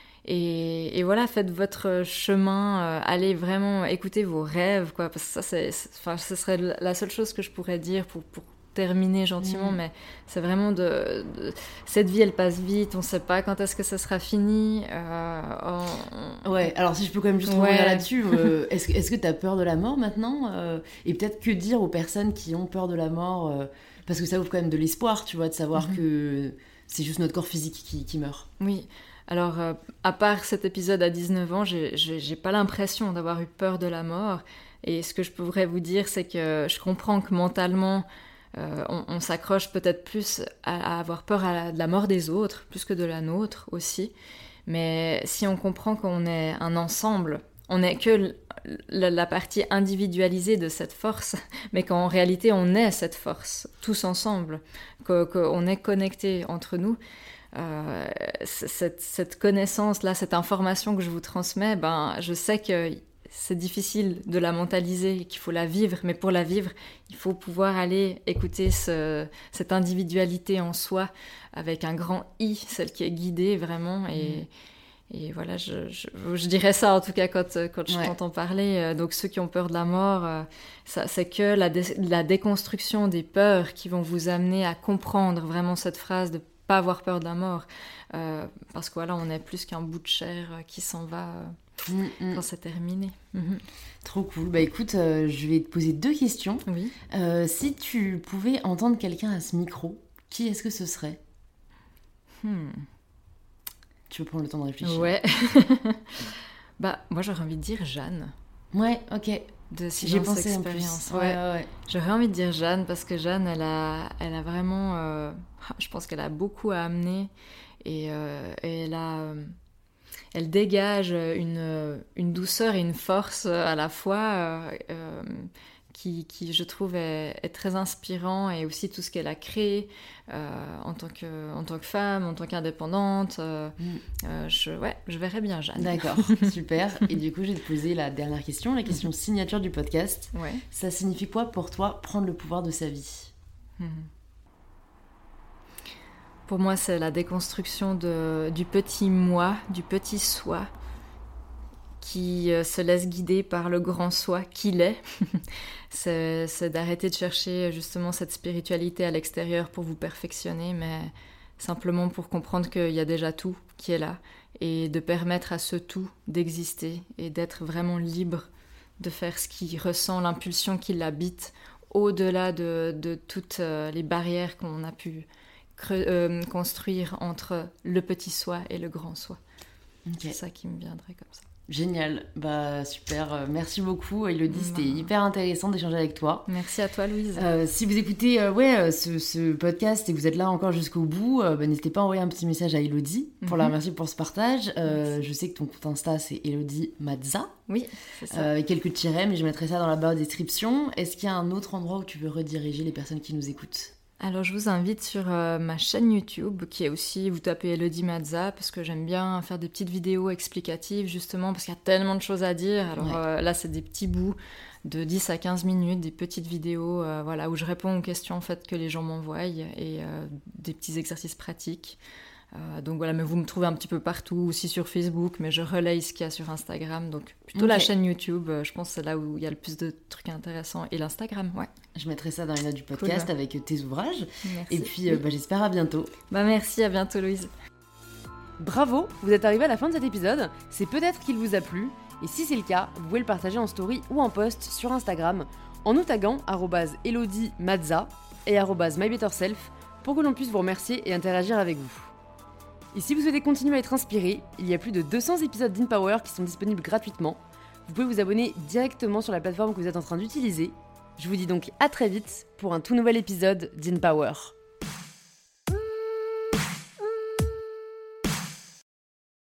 Et, et voilà, faites votre chemin, euh, allez vraiment écouter vos rêves, quoi, parce que ça, c'est, c'est, enfin, ce serait la seule chose que je pourrais dire pour... pour terminer gentiment, mmh. mais c'est vraiment de, de... Cette vie, elle passe vite, on sait pas quand est-ce que ça sera fini. Euh, on... Ouais, alors si je peux quand même juste revenir ouais. là-dessus, euh, est-ce, est-ce que t'as peur de la mort maintenant euh, et peut-être que dire aux personnes qui ont peur de la mort, euh, parce que ça ouvre quand même de l'espoir, tu vois, de savoir mmh. que c'est juste notre corps physique qui, qui meurt. Oui, alors euh, à part cet épisode à dix-neuf ans, j'ai, j'ai, j'ai pas l'impression d'avoir eu peur de la mort, et ce que je pourrais vous dire, c'est que je comprends que mentalement, Euh, on, on s'accroche peut-être plus à, à avoir peur à la, de la mort des autres, plus que de la nôtre aussi. Mais si on comprend qu'on est un ensemble on n'est que la, la partie individualisée de cette force, mais qu'en réalité on est cette force, tous ensemble, que, qu'on est connectés entre nous. Euh, cette, cette connaissance-là, cette information que je vous transmets, ben, je sais que c'est difficile de la mentaliser, qu'il faut la vivre, mais pour la vivre, il faut pouvoir aller écouter ce, cette individualité en soi avec un grand I, celle qui est guidée vraiment. Et, mmh. et voilà, je, je, je dirais ça en tout cas quand, quand je ouais. t'entends parler. Donc ceux qui ont peur de la mort, ça, c'est que la, dé, la déconstruction des peurs qui vont vous amener à comprendre vraiment cette phrase de pas avoir peur de la mort. Euh, parce que voilà, on est plus qu'un bout de chair qui s'en va... Mmh, mmh. Quand c'est terminé. Mmh. Trop cool. Bah écoute, euh, je vais te poser deux questions. Oui. Euh, si tu pouvais entendre quelqu'un à ce micro, qui est-ce que ce serait ? hmm. Tu veux prendre le temps de réfléchir ? Ouais. Bah moi j'aurais envie de dire Jeanne. Ouais, ok. De J'ai pensé expérience. En plus. Ouais, ouais, ouais. J'aurais envie de dire Jeanne parce que Jeanne, elle a, elle a vraiment, euh, je pense qu'elle a beaucoup à amener et, euh, et elle a. Euh, Elle dégage une, une douceur et une force à la fois euh, euh, qui, qui, je trouve, est, est très inspirant, et aussi tout ce qu'elle a créé euh, en, tant que, en tant que femme, en tant qu'indépendante. Euh, mm. euh, je, ouais, je verrais bien Jeanne. D'accord, super. Et du coup, je vais te poser la dernière question, la question signature du podcast. Ouais. Ça signifie quoi pour toi prendre le pouvoir de sa vie ? mm. Pour moi, c'est la déconstruction de, du petit moi, du petit soi, qui euh, se laisse guider par le grand soi qu'il est. c'est, c'est d'arrêter de chercher justement cette spiritualité à l'extérieur pour vous perfectionner, mais simplement pour comprendre qu'il y a déjà tout qui est là, et de permettre à ce tout d'exister et d'être vraiment libre de faire ce qu'il ressent, l'impulsion qui l'habite, au-delà de, de toutes les barrières qu'on a pu Creux, euh, construire entre le petit soi et le grand soi. Okay. C'est ça qui me viendrait comme ça. Génial, bah super, merci beaucoup Élodie, mmh. C'était hyper intéressant d'échanger avec toi. Merci à toi Louise. Euh, si vous écoutez euh, ouais, ce, ce podcast et que vous êtes là encore jusqu'au bout, euh, bah, n'hésitez pas à envoyer un petit message à Élodie pour mmh. la remercier pour ce partage. Euh, je sais que ton compte Insta c'est Élodie Mazza. Oui, c'est ça. Euh, avec quelques tirets, mais je mettrai ça dans la barre de description. Est-ce qu'il y a un autre endroit où tu veux rediriger les personnes qui nous écoutent ? Alors, je vous invite sur euh, ma chaîne YouTube, qui est aussi, vous tapez Élodie Mazza, parce que j'aime bien faire des petites vidéos explicatives, justement, parce qu'il y a tellement de choses à dire. Alors ouais. euh, là, c'est des petits bouts de dix à quinze minutes, des petites vidéos euh, voilà, où je réponds aux questions en fait, que les gens m'envoient, et euh, des petits exercices pratiques. Euh, donc voilà, mais vous me trouvez un petit peu partout, aussi sur Facebook, mais je relaye ce qu'il y a sur Instagram, donc plutôt okay. La chaîne YouTube, euh, je pense que c'est là où il y a le plus de trucs intéressants, et l'Instagram, ouais. Je mettrai ça dans les notes du podcast cool. Avec tes ouvrages, merci. Et puis euh, bah, j'espère à bientôt. Bah merci, à bientôt Louise. Bravo, vous êtes arrivé à la fin de cet épisode, c'est peut-être qu'il vous a plu, et si c'est le cas, vous pouvez le partager en story ou en post sur Instagram, en nous taguant arobase Élodie Mazza et arobase mybetterself, pour que l'on puisse vous remercier et interagir avec vous. Et si vous souhaitez continuer à être inspiré, il y a plus de deux cents épisodes d'InPower qui sont disponibles gratuitement. Vous pouvez vous abonner directement sur la plateforme que vous êtes en train d'utiliser. Je vous dis donc à très vite pour un tout nouvel épisode d'InPower.